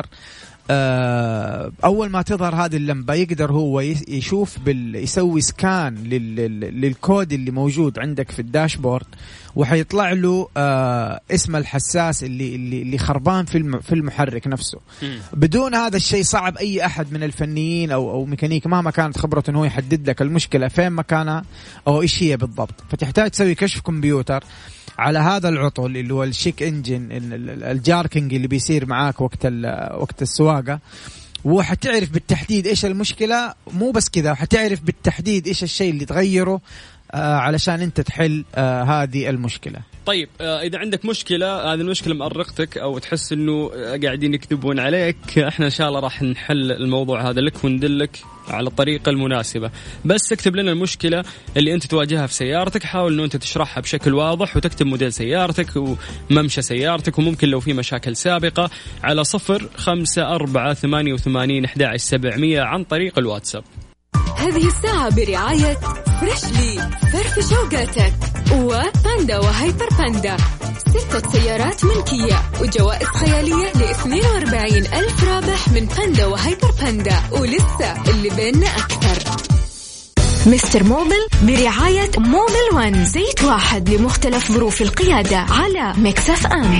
أول ما تظهر هذه اللمبة يقدر هو يشوف يسوي سكان للكود اللي موجود عندك في الداشبورد، وحيطلع له اسم الحساس اللي خربان في المحرك نفسه. بدون هذا الشيء صعب أي أحد من الفنيين أو ميكانيك مهما كانت خبرته إنه يحدد لك المشكلة فين مكانها أو إيش هي بالضبط. فتحتاج تسوي كشف كمبيوتر على هذا العطل اللي هو الشيك انجن، الجاركينج اللي بيصير معاك وقت السواقة، وحتعرف بالتحديد ايش المشكلة. مو بس كذا، حتعرف بالتحديد ايش الشيء اللي تغيره علشان انت تحل هذه المشكلة. طيب إذا عندك مشكلة، هذه المشكلة مأرقتك أو تحس إنه قاعدين يكذبون عليك، إحنا إن شاء الله راح نحل الموضوع هذا لك وندلك على الطريقة المناسبة. بس اكتب لنا المشكلة اللي أنت تواجهها في سيارتك، حاول إنه أنت تشرحها بشكل واضح، وتكتب موديل سيارتك وممشى سيارتك، وممكن لو في مشاكل سابقة على 0548811700 عن طريق الواتساب. هذه الساعة برعاية فريشلي فرف شوقاتك وباندا وهايبر باندا، 6 سيارات ملكية وجوائز خيالية ل42,000 رابح من باندا وهايبر باندا، ولسه اللي بيننا أكثر. مستر موبل برعاية موبل 1، زيت واحد لمختلف ظروف القيادة على ميكس اف ام.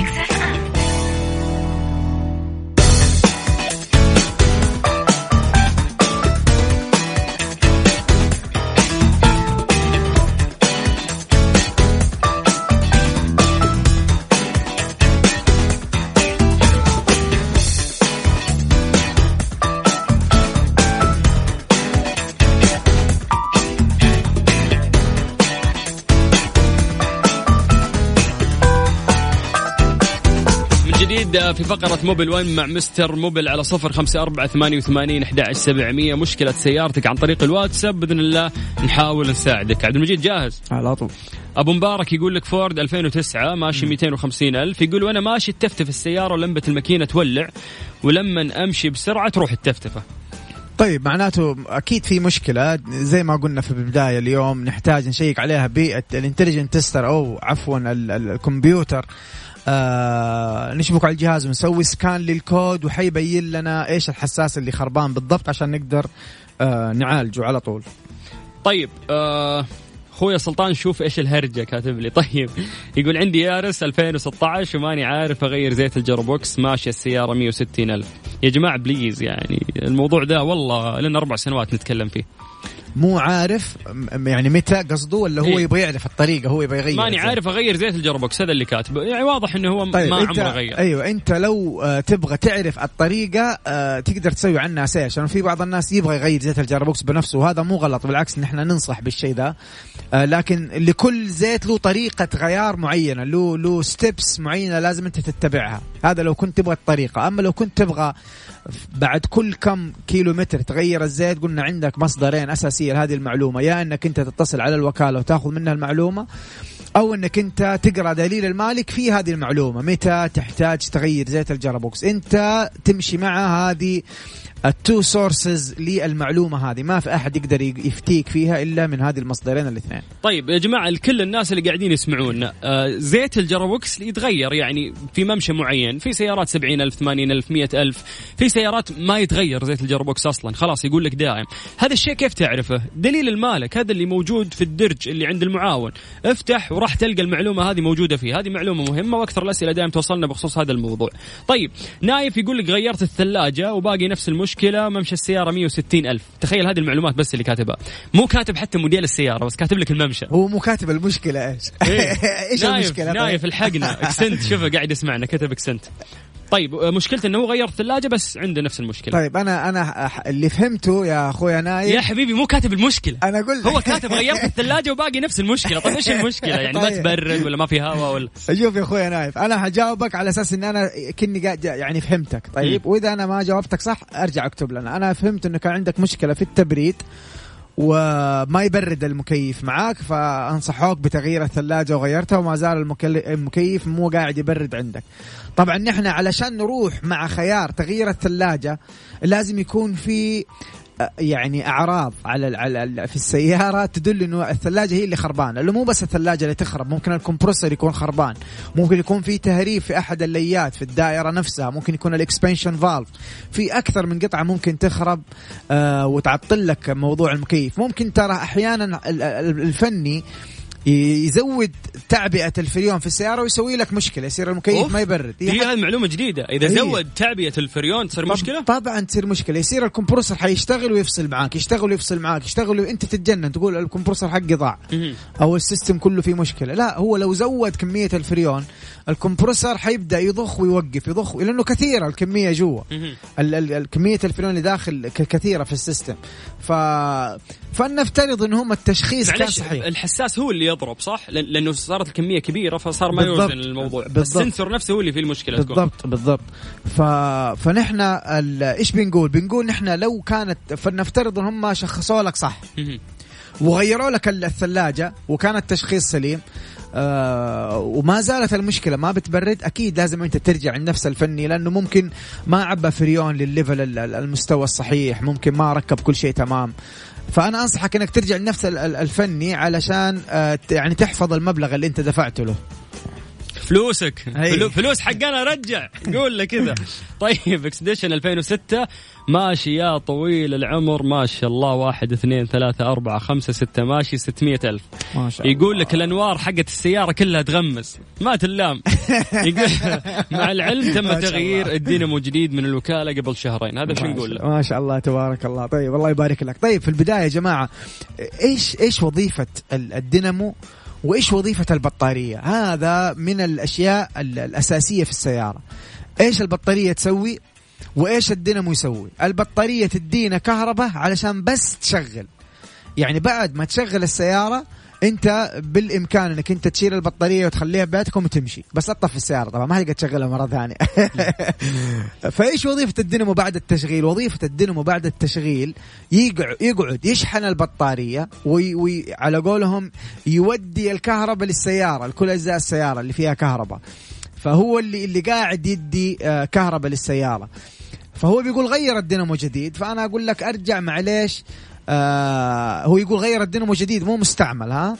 في فقرة موبل 1 مع مستر موبل على 0548811700. مشكلة سيارتك عن طريق الواتساب، بإذن الله نحاول نساعدك. عبد المجيد جاهز؟ على طول. أبو مبارك يقول لك فورد 2009 ماشي 250,000، يقول وأنا ماشي تفتف السيارة ولمبة الماكينة تولع، ولما أمشي بسرعة تروح التفتفة. طيب معناته أكيد في مشكلة، زي ما قلنا في البداية اليوم نحتاج نشيك عليها بالانتليجنت تيستر أو عفوا الكمبيوتر. نشبك على الجهاز ونسوي سكان للكود، وحيبين لنا إيش الحساس اللي خربان بالضبط عشان نقدر نعالجه على طول. طيب خويا سلطان شوف إيش الهرجة كاتب لي. طيب يقول عندي يارس 2016 وماني عارف أغير زيت الجربوكس، ماشي السيارة 160,000. يا جماعة بليز، يعني الموضوع ده والله لنا 4 سنوات نتكلم فيه. مو عارف يعني متى قصده، ولا هو يبغى يعرف الطريقة، هو يبغى يغير. ماني عارف أغير زيت الجربوكس، هذا اللي كاتبه، يعني واضح إنه هو طيب ما عمره غير. أيوة أنت لو تبغى تعرف الطريقة تقدر تسوي عنها سير، عشان في بعض الناس يبغى يغير زيت الجربوكس بنفسه، وهذا مو غلط، بالعكس نحن ننصح بالشيء ده. لكن لكل زيت له طريقة غيار معينة، له ستيبس معينة لازم أنت تتبعها. هذا لو كنت تبغى الطريقة. أما لو كنت تبغى بعد كل كم كيلومتر تغير الزيت، قلنا عندك مصدرين أساسية لهذه المعلومة، يا أنك أنت تتصل على الوكالة وتأخذ منها المعلومة، أو أنك أنت تقرأ دليل المالك في هذه المعلومة متى تحتاج تغير زيت الجربوكس. أنت تمشي مع هذه التو سورسز للمعلومة هذه، ما في أحد يقدر يفتيك فيها إلا من هذه المصدرين الاثنين. طيب يا جماعة، لكل الناس اللي قاعدين يسمعونا، زيت الجربوكس يتغير يعني في ممشى معين، في سيارات 70,000 80,000 100,000، في سيارات ما يتغير زيت الجربوكس أصلا، خلاص يقول لك دائم. هذا الشيء كيف تعرفه؟ دليل المالك هذا اللي موجود في الدرج اللي عند المعاون، افتح وراح تلقى المعلومة هذه موجودة فيه. هذه معلومة مهمة، وأكثر الأسئلة دائما توصلنا بخصوص هذا الموضوع. طيب نايف يقول لك غيرت الثلاجة وباقي نفس مشكلة، ممشى السيارة 160,000. تخيل هذه المعلومات بس اللي كاتبها، مو كاتب حتى موديل السيارة، بس كاتب لك الممشى. هو مو كاتب المشكلة إيش؟ إيش المشكلة؟ نايف الحقنا اكسنت، شوفه قاعد يسمعنا كتب اكسنت. طيب مشكلته انه هو غير الثلاجة بس عنده نفس المشكلة. طيب انا اللي فهمته يا اخويا نايف، يا حبيبي مو كاتب المشكلة، انا اقول هو كاتب غيرت الثلاجة وباقي نفس المشكلة. طيب ايش المشكلة يعني؟ ما تبرد ولا ما في هواء ولا؟ شوف يا اخويا نايف، انا هجاوبك على اساس ان انا كني يعني فهمتك. طيب واذا انا ما جاوبتك صح ارجع اكتب لنا. انا فهمت انه كان عندك مشكلة في التبريد وما يبرد المكيف معاك، فأنصحوك بتغيير الثلاجة وغيرتها، وما زال المكيف مو قاعد يبرد عندك. طبعا نحن علشان نروح مع خيار تغيير الثلاجة لازم يكون في يعني أعراض على في السيارة تدل إنه الثلاجة هي اللي خربانة. لأنه مو بس الثلاجة اللي تخرب، ممكن الكمبرسور يكون خربان، ممكن يكون في تهريب في أحد الليات في الدائرة نفسها، ممكن يكون الإكسبانشن فالف، في أكثر من قطعة ممكن تخرب وتعطل لك موضوع المكيف. ممكن ترى أحيانا الفني يزود تعبئة الفريون في السيارة ويسوي لك مشكلة، يصير المكيف ما يبرد. هي هذه معلومة جديدة، إذا زود تعبئة الفريون تصير مشكلة. طبعا تصير مشكلة، يصير الكمبرسور حيشتغل ويفصل معاك، يشتغل ويفصل معاك، يشتغل أنت تتجنن تقول الكمبرسور حقي ضاع أو السيستم كله فيه مشكلة. لا، هو لو زود كمية الفريون الكمبرسور حيبدأ يضخ ويوقف يضخ، لأنه كثيرة الكمية جوا، الكمية الفريون اللي داخل كثيرة في السيستم. فنفترض إن هم التشخيص كان صحيح. الحساس هو اللي يضرب صح، لأنه صارت الكمية كبيرة فصار ما يوزن الموضوع. السنسور نفسه هو اللي فيه المشكلة. بالضبط. فنحن إيش بنقول نحن لو كانت، فنفترض إن هم شخصوا لك صح وغيروا لك الثلاجة وكان التشخيص سليم، وما زالت المشكلة ما بتبرد، أكيد لازم أنت ترجع النفس الفني، لأنه ممكن ما عبى فريون للليفل المستوى الصحيح، ممكن ما ركب كل شيء تمام. فأنا أنصحك أنك ترجع النفس الفني علشان يعني تحفظ المبلغ اللي أنت دفعته له. فلوسك فلوس حقنا رجع، قول له كذا. طيب اكسبيديشن 2006 ماشي يا طويل العمر ما شاء الله، 1 2 3 4 5 6 ماشي 600,000 ما شاء الله. يقول لك الأنوار حقت السيارة كلها تغمس ما تلام. يقول مع العلم تم تغيير الدينامو جديد من الوكالة قبل شهرين. هذا شو نقول له؟ ما شاء الله تبارك الله. طيب الله يبارك لك. طيب في البداية يا جماعة إيش وظيفة الدينامو وإيش وظيفة البطارية؟ هذا من الأشياء الأساسية في السيارة. إيش البطارية تسوي وإيش الدينامو يسوي؟ البطارية تدينا كهرباء علشان بس تشغل، يعني بعد ما تشغل السيارة انت بالامكان انك انت تشيل البطاريه وتخليها ببيتكم وتمشي، بس لا تطفي السياره طبعا، ما تقدر تشغلها مره ثانيه. فايش وظيفه الدينامو بعد التشغيل؟ وظيفه الدينامو بعد التشغيل يقعد يشحن البطاريه وعلى قولهم يودي الكهرباء للسياره، لكل اجزاء السياره اللي فيها كهرباء، فهو اللي قاعد يدي كهرباء للسياره. فهو بيقول غير الدينامو جديد، فانا اقول لك ارجع معليش. هو يقول غير الدينامو جديد مو مستعمل، ها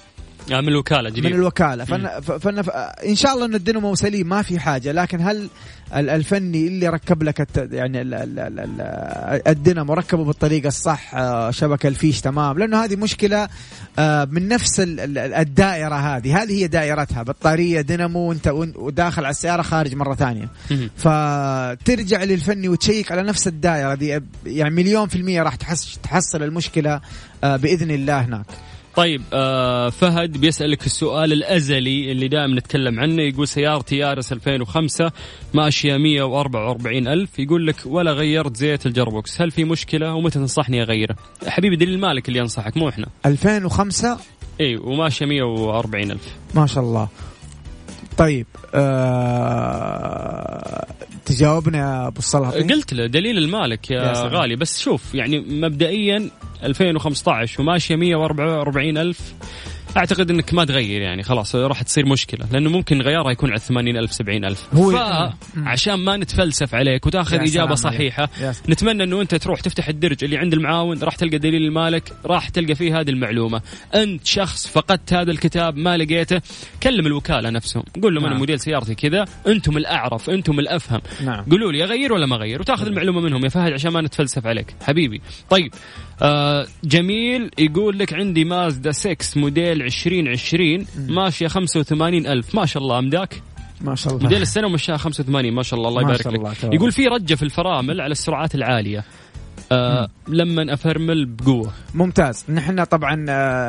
من الوكالة جديد. من الوكالة. إن شاء الله إن الدينامو سليم ما في حاجة، لكن هل الفني اللي ركب لك يعني الدينامو ركبه بالطريقة الصح، شبكة الفيش تمام؟ لأنه هذه مشكلة من نفس الدائرة هذه هي دائرتها، بطارية دينامو وانت وداخل على السيارة خارج مرة ثانية. فترجع للفني وتشيك على نفس الدائرة دي، يعني 100% راح تحصل المشكلة بإذن الله هناك. طيب فهد بيسألك السؤال الأزلي اللي دائما نتكلم عنه، يقول سيارتي يارس 2005 ماشية 144,000، يقول لك ولا غيرت زيت الجربوكس، هل في مشكلة ومتى تنصحني أغيره؟ حبيبي دليل المالك اللي ينصحك مو إحنا. 2005 إيه وماشية 140,000 ما شاء الله. طيب تجاوبنا يا أبو السلاطين. قلت له دليل المالك يا غالي، بس شوف يعني مبدئيا 2015 وماشية 144,000 أعتقد أنك ما تغير، يعني خلاص راح تصير مشكلة، لأنه ممكن غيارها يكون على 80,000 70,000. فعشان ما نتفلسف عليك وتاخذ إجابة صحيحة، نتمنى أنه أنت تروح تفتح الدرج اللي عند المعاون، راح تلقى دليل المالك، راح تلقى فيه هذه المعلومة. أنت شخص فقدت هذا الكتاب ما لقيته، كلم الوكالة نفسهم، قول لهم أنا موديل سيارتي كذا، أنتم الأعرف أنتم الأفهم، قولوا لي أغير ولا ما أغير، وتاخذ المعلومة منهم يا فهد عشان ما نتفلسف عليك حبيبي. طيب جميل يقول لك عندي مازدا 6 موديل 2020 ماشية 85,000، ما شاء الله أمداك ما شاء الله، موديل السنة ومشاها 85 ما شاء الله، الله يبارك لك. يقول في رجة في الفرامل على السرعات العالية لما أفرمل بقوة. ممتاز. نحن طبعا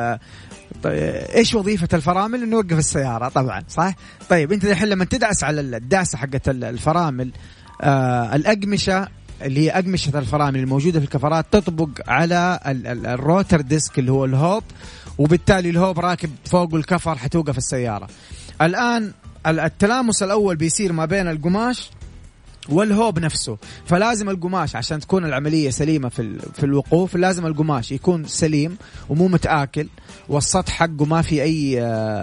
ايش وظيفة الفرامل؟ انه نوقف السيارة طبعا صح. طيب انت الحين لما تدعس على الدعسة حقت الفرامل، الأقمشة اللي هي أقمشة الفرامل الموجودة في الكفرات تطبق على الروتر ديسك اللي هو الهوب، وبالتالي الهوب راكب فوق الكفر حتوقف السيارة. الآن التلامس الأول بيصير ما بين القماش والهوب نفسه، فلازم القماش عشان تكون العملية سليمة في الوقوف لازم القماش يكون سليم ومو متآكل، والسطح حقه ما في أي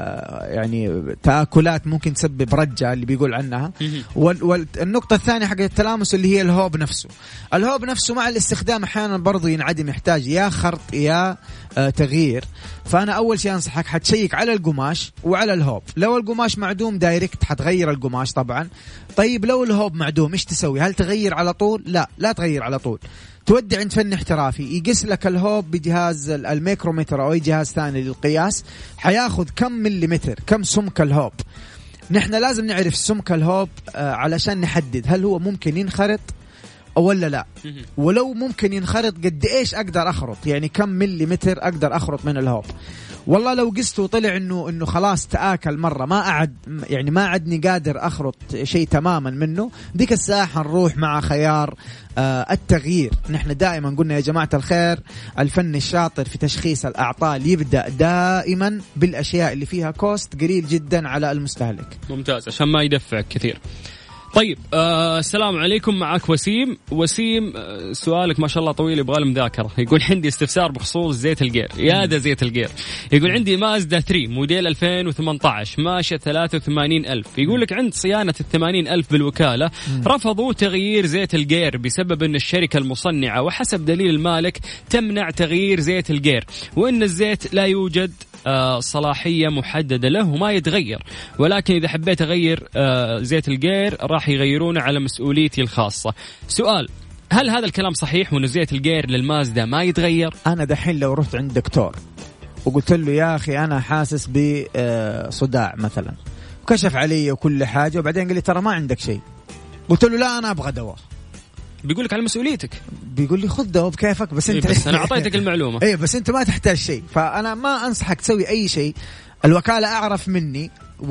يعني تآكلات ممكن تسبب رجة اللي بيقول عنها. والنقطة الثانية حق التلامس اللي هي الهوب نفسه. الهوب نفسه مع الاستخدام أحيانا برضو ينعدم، يحتاج يا خرط يا تغيير. فأنا أول شيء أنصحك حتشيك على القماش وعلى الهوب. لو القماش معدوم دايركت حتغير القماش طبعا. طيب لو الهوب معدوم إيش تسوي؟ هل تغير على طول؟ لا تغير على طول، تودي عند فني احترافي يقيس لك الهوب بجهاز الميكرومتر أو أي جهاز ثاني للقياس، حياخذ كم مليمتر، كم سمك الهوب. نحن لازم نعرف سمك الهوب علشان نحدد هل هو ممكن ينخرط ولا لا، ولو ممكن ينخرط قد ايش اقدر اخرط، يعني كم مليمتر اقدر اخرط من الهوب. والله لو قسته وطلع انه خلاص تآكل مرة، ما عدني قادر اخرط شيء تماما منه، ديك الساعة نروح مع خيار التغيير. نحن دائما قلنا يا جماعة الخير الفن الشاطر في تشخيص الأعطال يبدأ دائما بالأشياء اللي فيها كوست قليل جدا على المستهلك. ممتاز عشان ما يدفعك كثير. طيب السلام عليكم، معك وسيم سؤالك ما شاء الله طويل يبغى له مذاكرة. يقول عندي استفسار بخصوص زيت الجير. يا ده زيت الجير. يقول عندي مازدا 3 موديل 2018 ماشية 83,000. يقول لك عند صيانة 80,000 بالوكالة رفضوا تغيير زيت الجير بسبب أن الشركة المصنعة وحسب دليل المالك تمنع تغيير زيت الجير، وأن الزيت لا يوجد صلاحية محددة له وما يتغير، ولكن إذا حبيت أغير زيت الجير راح يغيرونه على مسؤوليتي الخاصة. سؤال، هل هذا الكلام صحيح وأن زيت الجير للمازدا ما يتغير؟ أنا دحين لو رحت عند دكتور وقلت له يا أخي أنا حاسس بصداع مثلا، وكشف علي وكل حاجة، وبعدين قال لي ترى ما عندك شيء، قلت له لا أنا أبغى دواء، بيقولك على مسؤوليتك، بيقول لي خذ دواء بكيفك، بس انت بس انا اعطيتك المعلومه ايه بس انت ما تحتاج شيء. فانا ما انصحك تسوي اي شيء. الوكاله اعرف مني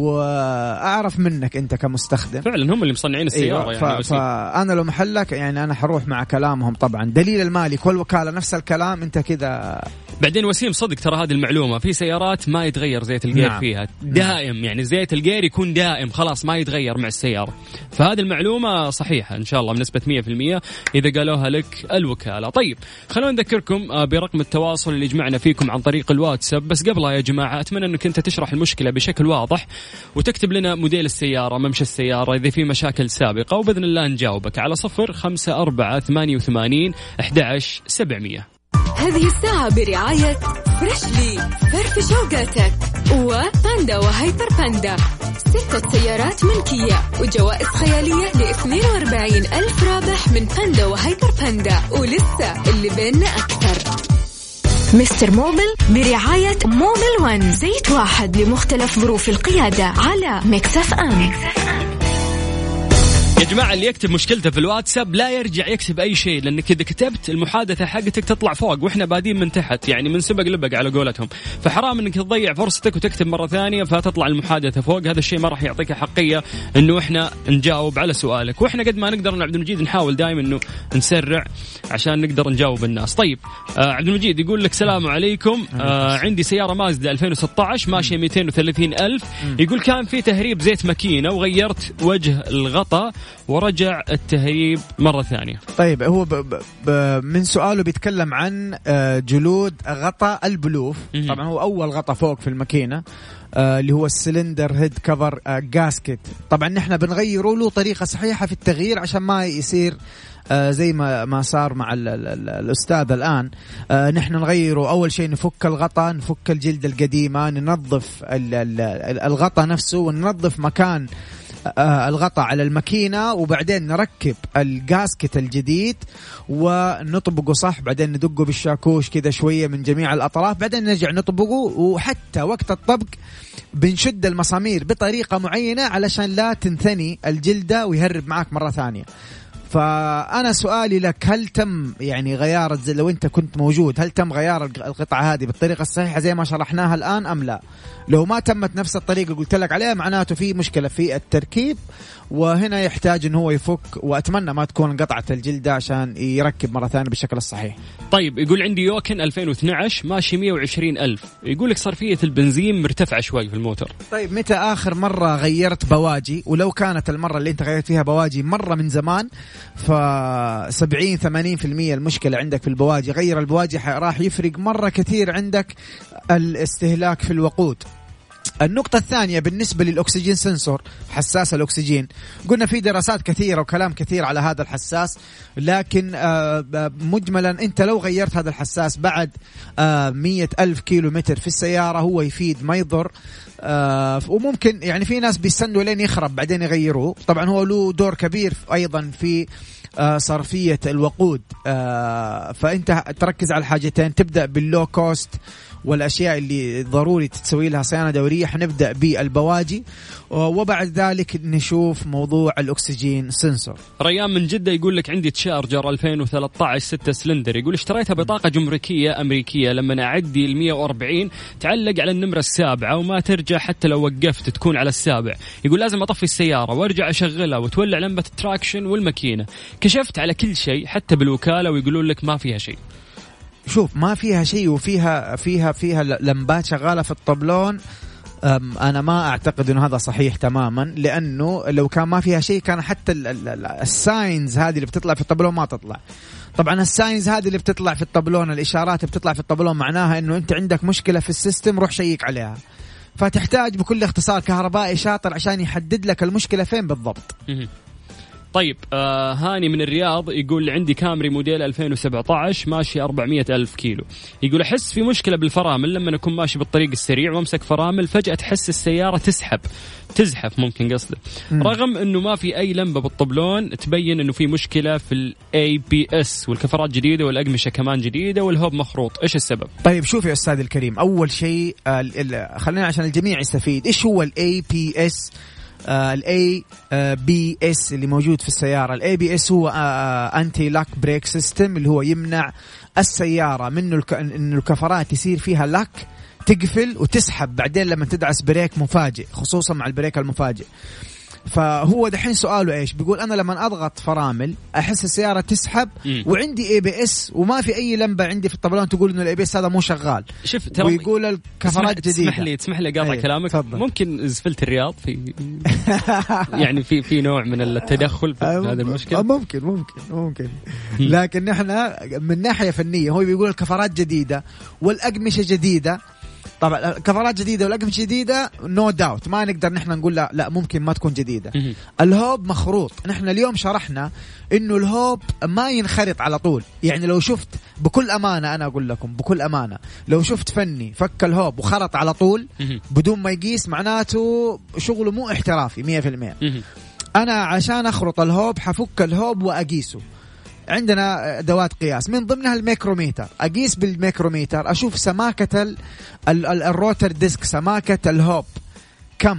واعرف منك انت كمستخدم، فعلا هم اللي مصنعين السياره. يعني فانا لو محلك يعني انا حروح مع كلامهم طبعا. دليل المالك والوكاله نفس الكلام، انت كذا. بعدين وسيم صدق ترى هذه المعلومه، في سيارات ما يتغير زيت الجير فيها دائم، يعني زيت الجير يكون دائم خلاص ما يتغير مع السياره. فهذه المعلومه صحيحه ان شاء الله بنسبه 100% اذا قالوها لك الوكاله. طيب خلونا نذكركم برقم التواصل اللي جمعنا فيكم عن طريق الواتساب، بس قبلها يا جماعه اتمنى انك انت تشرح المشكله بشكل واضح وتكتب لنا موديل السياره، ممشى السياره، اذا في مشاكل سابقه، وباذن الله نجاوبك على 0548811700. هذه الساعة برعاية فريشلي فرف شوقاتك وباندا وهيبر باندا 6 سيارات ملكية وجوائز خيالية ل42 ألف رابح من باندا وهيبر باندا ولسه اللي بيننا أكثر. مستر موبل برعاية موبل 1 زيت واحد لمختلف ظروف القيادة على ميكس اف ام. يا جماعة اللي يكتب مشكلته في الواتساب لا يرجع يكتب أي شيء، لأنك إذا كتبت المحادثة حقتك تطلع فوق وإحنا بادين من تحت، يعني من سبق لبق على قولتهم، فحرام إنك تضيع فرصتك وتكتب مرة ثانية فتطلع المحادثة فوق. هذا الشيء ما راح يعطيك حقية إنه إحنا نجاوب على سؤالك، وإحنا قد ما نقدر عبد المجيد نحاول دائما إنه نسرع عشان نقدر نجاوب الناس. طيب عبد المجيد يقول لك السلام عليكم، عندي سيارة مازدا 2016 ماشية 230 ألف، يقول كان في تهريب زيت ماكينة وغيرت وجه الغطاء ورجع التهريب مرة ثانية. طيب هو من سؤاله بيتكلم عن جلود غطاء البلوف. طبعا هو أول غطاء فوق في الماكينة اللي هو السلندر هيد كفر جاسكت. طبعا نحن بنغيره له طريقة صحيحة في التغيير عشان ما يصير زي ما صار مع الأستاذ الآن. نحن نغيره أول شيء، نفك الغطاء، نفك الجلد القديمة، ننظف الغطاء نفسه وننظف مكان الغطاء على الماكينة، وبعدين نركب الجاسكت الجديد ونطبقه صح، بعدين ندقه بالشاكوش كذا شوية من جميع الأطراف، بعدين نرجع نطبقه. وحتى وقت الطبق بنشد المسامير بطريقة معينة علشان لا تنثني الجلدة ويهرب معك مرة ثانية. فأنا سؤالي لك، هل تم يعني غيار لو أنت كنت موجود، هل تم غيار القطعة هذه بالطريقة الصحيحة زي ما شرحناها الآن أم لا؟ لو ما تمت نفس الطريقة قلت لك عليها معناته في مشكلة في التركيب، وهنا يحتاج إنه هو يفك، وأتمنى ما تكون قطعة الجلدة عشان يركب مرة ثانية بالشكل الصحيح. طيب يقول عندي يوكن 2012 ماشي 120 ألف، يقول لك صرفية البنزين مرتفعة شوي في الموتور. طيب متى آخر مرة غيرت بواجي؟ ولو كانت المرة اللي أنت غيرت فيها بواجي مرة من زمان، ف70-80% المشكلة عندك في البواجي. غير البواجي راح يفرق مرة كثير عندك الاستهلاك في الوقود. النقطة الثانية بالنسبة للأكسجين سنسور، حساس الأكسجين، قلنا في دراسات كثيرة وكلام كثير على هذا الحساس، لكن مجملا أنت لو غيرت هذا الحساس بعد 100,000 كيلومتر في السيارة هو يفيد ما يضر. وممكن يعني في ناس بيستنوا لين يخرب بعدين يغيروه. طبعا هو له دور كبير أيضا في صرفية الوقود. فأنت تركز على الحاجتين، تبدأ باللو كوست والأشياء اللي ضروري تسوي لها صيانة دورية، حنبدأ بالبواجي وبعد ذلك نشوف موضوع الأكسجين سنسور. ريان من جدة يقول لك عندي تشارجر 2013 6 سلندر، يقول اشتريتها بطاقة جمركية أمريكية، لما أعدي 140 تعلق على النمرة 7 وما ترجع حتى لو وقفت تكون على 7. يقول لازم أطفي السيارة وارجع أشغلها وتولع لمبة التراكشن والماكينة. كشفت على كل شيء حتى بالوكالة ويقولون لك ما فيها شيء. شوف ما فيها شيء، وفيها لمبات شغالة في الطبلون. أنا ما أعتقد إنه هذا صحيح تماما، لأنه لو كان ما فيها شيء كان حتى الساينز هذه اللي بتطلع في الطبلون ما تطلع. طبعا الساينز هذه اللي بتطلع في الطبلون، الإشارات اللي بتطلع في الطبلون، معناها إنه أنت عندك مشكلة في السيستم، روح شيك عليها. فتحتاج بكل اختصار كهربائي شاطر عشان يحدد لك المشكلة فين بالضبط. طيب هاني من الرياض يقول عندي كامري موديل 2017 ماشي 400,000 كيلو، يقول أحس في مشكلة بالفرامل لما أكون ماشي بالطريق السريع وامسك فرامل فجأة تحس السيارة تزحف ممكن قصده، رغم أنه ما في أي لمبة بالطبلون تبين أنه في مشكلة في ال ABS، والكفرات جديدة والأقمشة كمان جديدة والهوب مخروط. إيش السبب؟ طيب شوف يا أستاذ الكريم، أول شيء خلينا عشان الجميع يستفيد، إيش هو ال ABS؟ ال ABS اللي موجود في السيارة. ال ABS هو أنتي لاك بريك سيستم، اللي هو يمنع السيارة منه إنه الكفرات يصير فيها لاك تقفل وتسحب بعدين لما تدعس بريك مفاجئ، خصوصا مع البريك المفاجئ. فهو دحين سؤاله ايش؟ بيقول انا لما اضغط فرامل احس السياره تسحب وعندي ABS وما في اي لمبه عندي في الطبلون تقول انه ABS هذا مو شغال. شوف ويقول الكفرات جديده. تسمح لي اقاطع كلامك؟ فضل. ممكن زفلت الرياض في يعني في نوع من التدخل في هذا المشكله. ممكن لكن نحن من ناحيه فنيه هو بيقول الكفرات جديده والأقمشة جديده، طبعا كفرات جديده والاقمشه جديده نو داوت، ما نقدر نحن نقول لا ممكن ما تكون جديده. الهوب مخروط، نحن اليوم شرحنا انه الهوب ما ينخرط على طول. يعني لو شفت بكل امانه، انا اقول لكم بكل امانه، لو شفت فني فك الهوب وخرط على طول بدون ما يقيس، معناته شغله مو احترافي 100%. انا عشان اخرط الهوب حفك الهوب واقيسه. عندنا ادوات قياس من ضمنها الميكروميتر، اقيس بالميكروميتر اشوف سماكه الروتر ديسك، سماكه الهوب كم.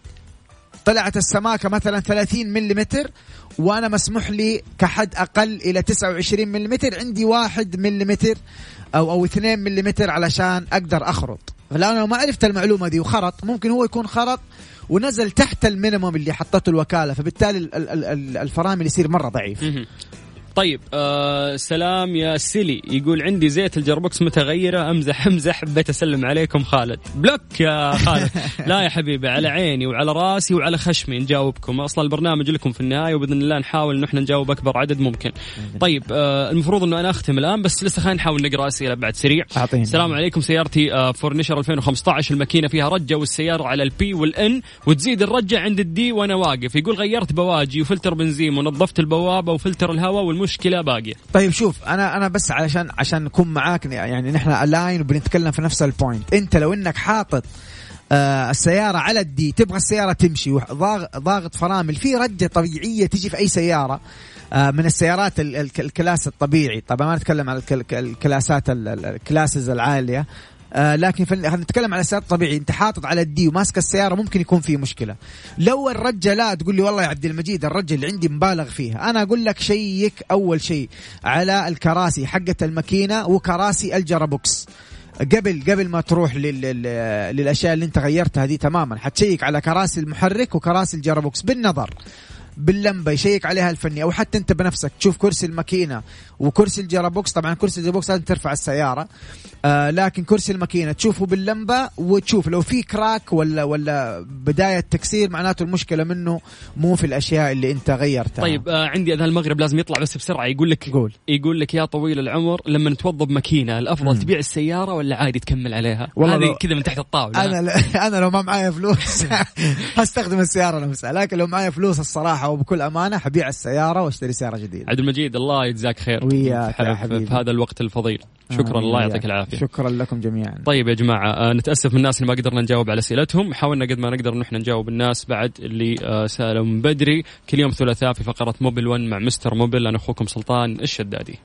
طلعت السماكه مثلا 30 ملم وانا مسموح لي كحد اقل الى 29 ملم، عندي 1 ملم او 2 ملم علشان اقدر اخرط. فلو انا ما عرفت المعلومه دي وخرط، ممكن هو يكون خرط ونزل تحت المينيموم اللي حطته الوكاله، فبالتالي الفرامل يصير مره ضعيف. طيب سلام يا سيلي، يقول عندي زيت الجربوكس متغيرة، امزح حبيت اسلم عليكم خالد. بلوك يا خالد. لا يا حبيبي، على عيني وعلى راسي وعلى خشمي نجاوبكم، اصلا البرنامج لكم في النهاية وبإذن الله نحاول انه احنا نجاوب اكبر عدد ممكن. طيب المفروض انه انا اختم الان، بس لسه خلينا نحاول نقرا اسئله بعد سريع. السلام عليكم، سيارتي فورنيشر 2015، الماكينه فيها رجه والسياره على البي والان وتزيد الرجه عند الدي وانا واقف. يقول غيرت بواجي وفلتر بنزين ونظفت البوابه وفلتر الهواء والمشكله باقيه. طيب شوف، انا بس عشان نكون معاك، يعني نحن الاين وبنتكلم في نفس البوينت. انت لو انك حاطط السيارة على الدي، تبغى السيارة تمشي وضاغط فرامل، في رجة طبيعية تيجي في أي سيارة من السيارات الكلاس الطبيعي. طبعا ما نتكلم على الكلاسات الكلاسز العالية، لكن نتكلم على السيارة الطبيعي. انت حاطط على الدي وماسك السيارة، ممكن يكون فيه مشكلة. لو الرجة لا تقول لي والله يا عبد المجيد الرجة اللي عندي مبالغ فيها، انا اقول لك شيك اول شيء على الكراسي حقة الماكينة وكراسي الجرابوكس قبل ما تروح للاشياء اللي انت غيرتها دي تماما. حتشيك على كراسي المحرك وكراسي الجرابوكس بالنظر باللمبه، يشيك عليها الفني، او حتى انت بنفسك تشوف كرسي الماكينه وكرسي الجرابوكس. طبعا كرسي الجرابوكس لازم ترفع السياره، لكن كرسي الماكينه تشوفه باللمبه وتشوف لو في كراك ولا بدايه تكسير، معناته المشكله منه مو في الاشياء اللي انت غيرتها. طيب عندي اذان المغرب لازم يطلع بس بسرعه. يقول لك يا طويل العمر، لما توظف ماكينه الافضل تبيع السياره ولا عادي تكمل عليها؟ هذه كذا من تحت الطاوله. انا لو ما معايا فلوس هستخدم السياره نفسها، لكن لو معايا فلوس الصراحه وبكل امانه حبيع السياره واشتري سياره جديده. عبد المجيد الله يجزاك خير وياك يا حبيبي في هذا الوقت الفضيل. شكرا الله يعطيك العافيه. شكرا لكم جميعا. طيب يا جماعه نتاسف من الناس اللي ما قدرنا نجاوب على اسئلتهم، حاولنا قد ما نقدر ان احنا نجاوب الناس بعد اللي سالوا من بدري. كل يوم ثلاثاء في فقره موبل 1 مع مستر موبل، انا اخوكم سلطان الشدادي.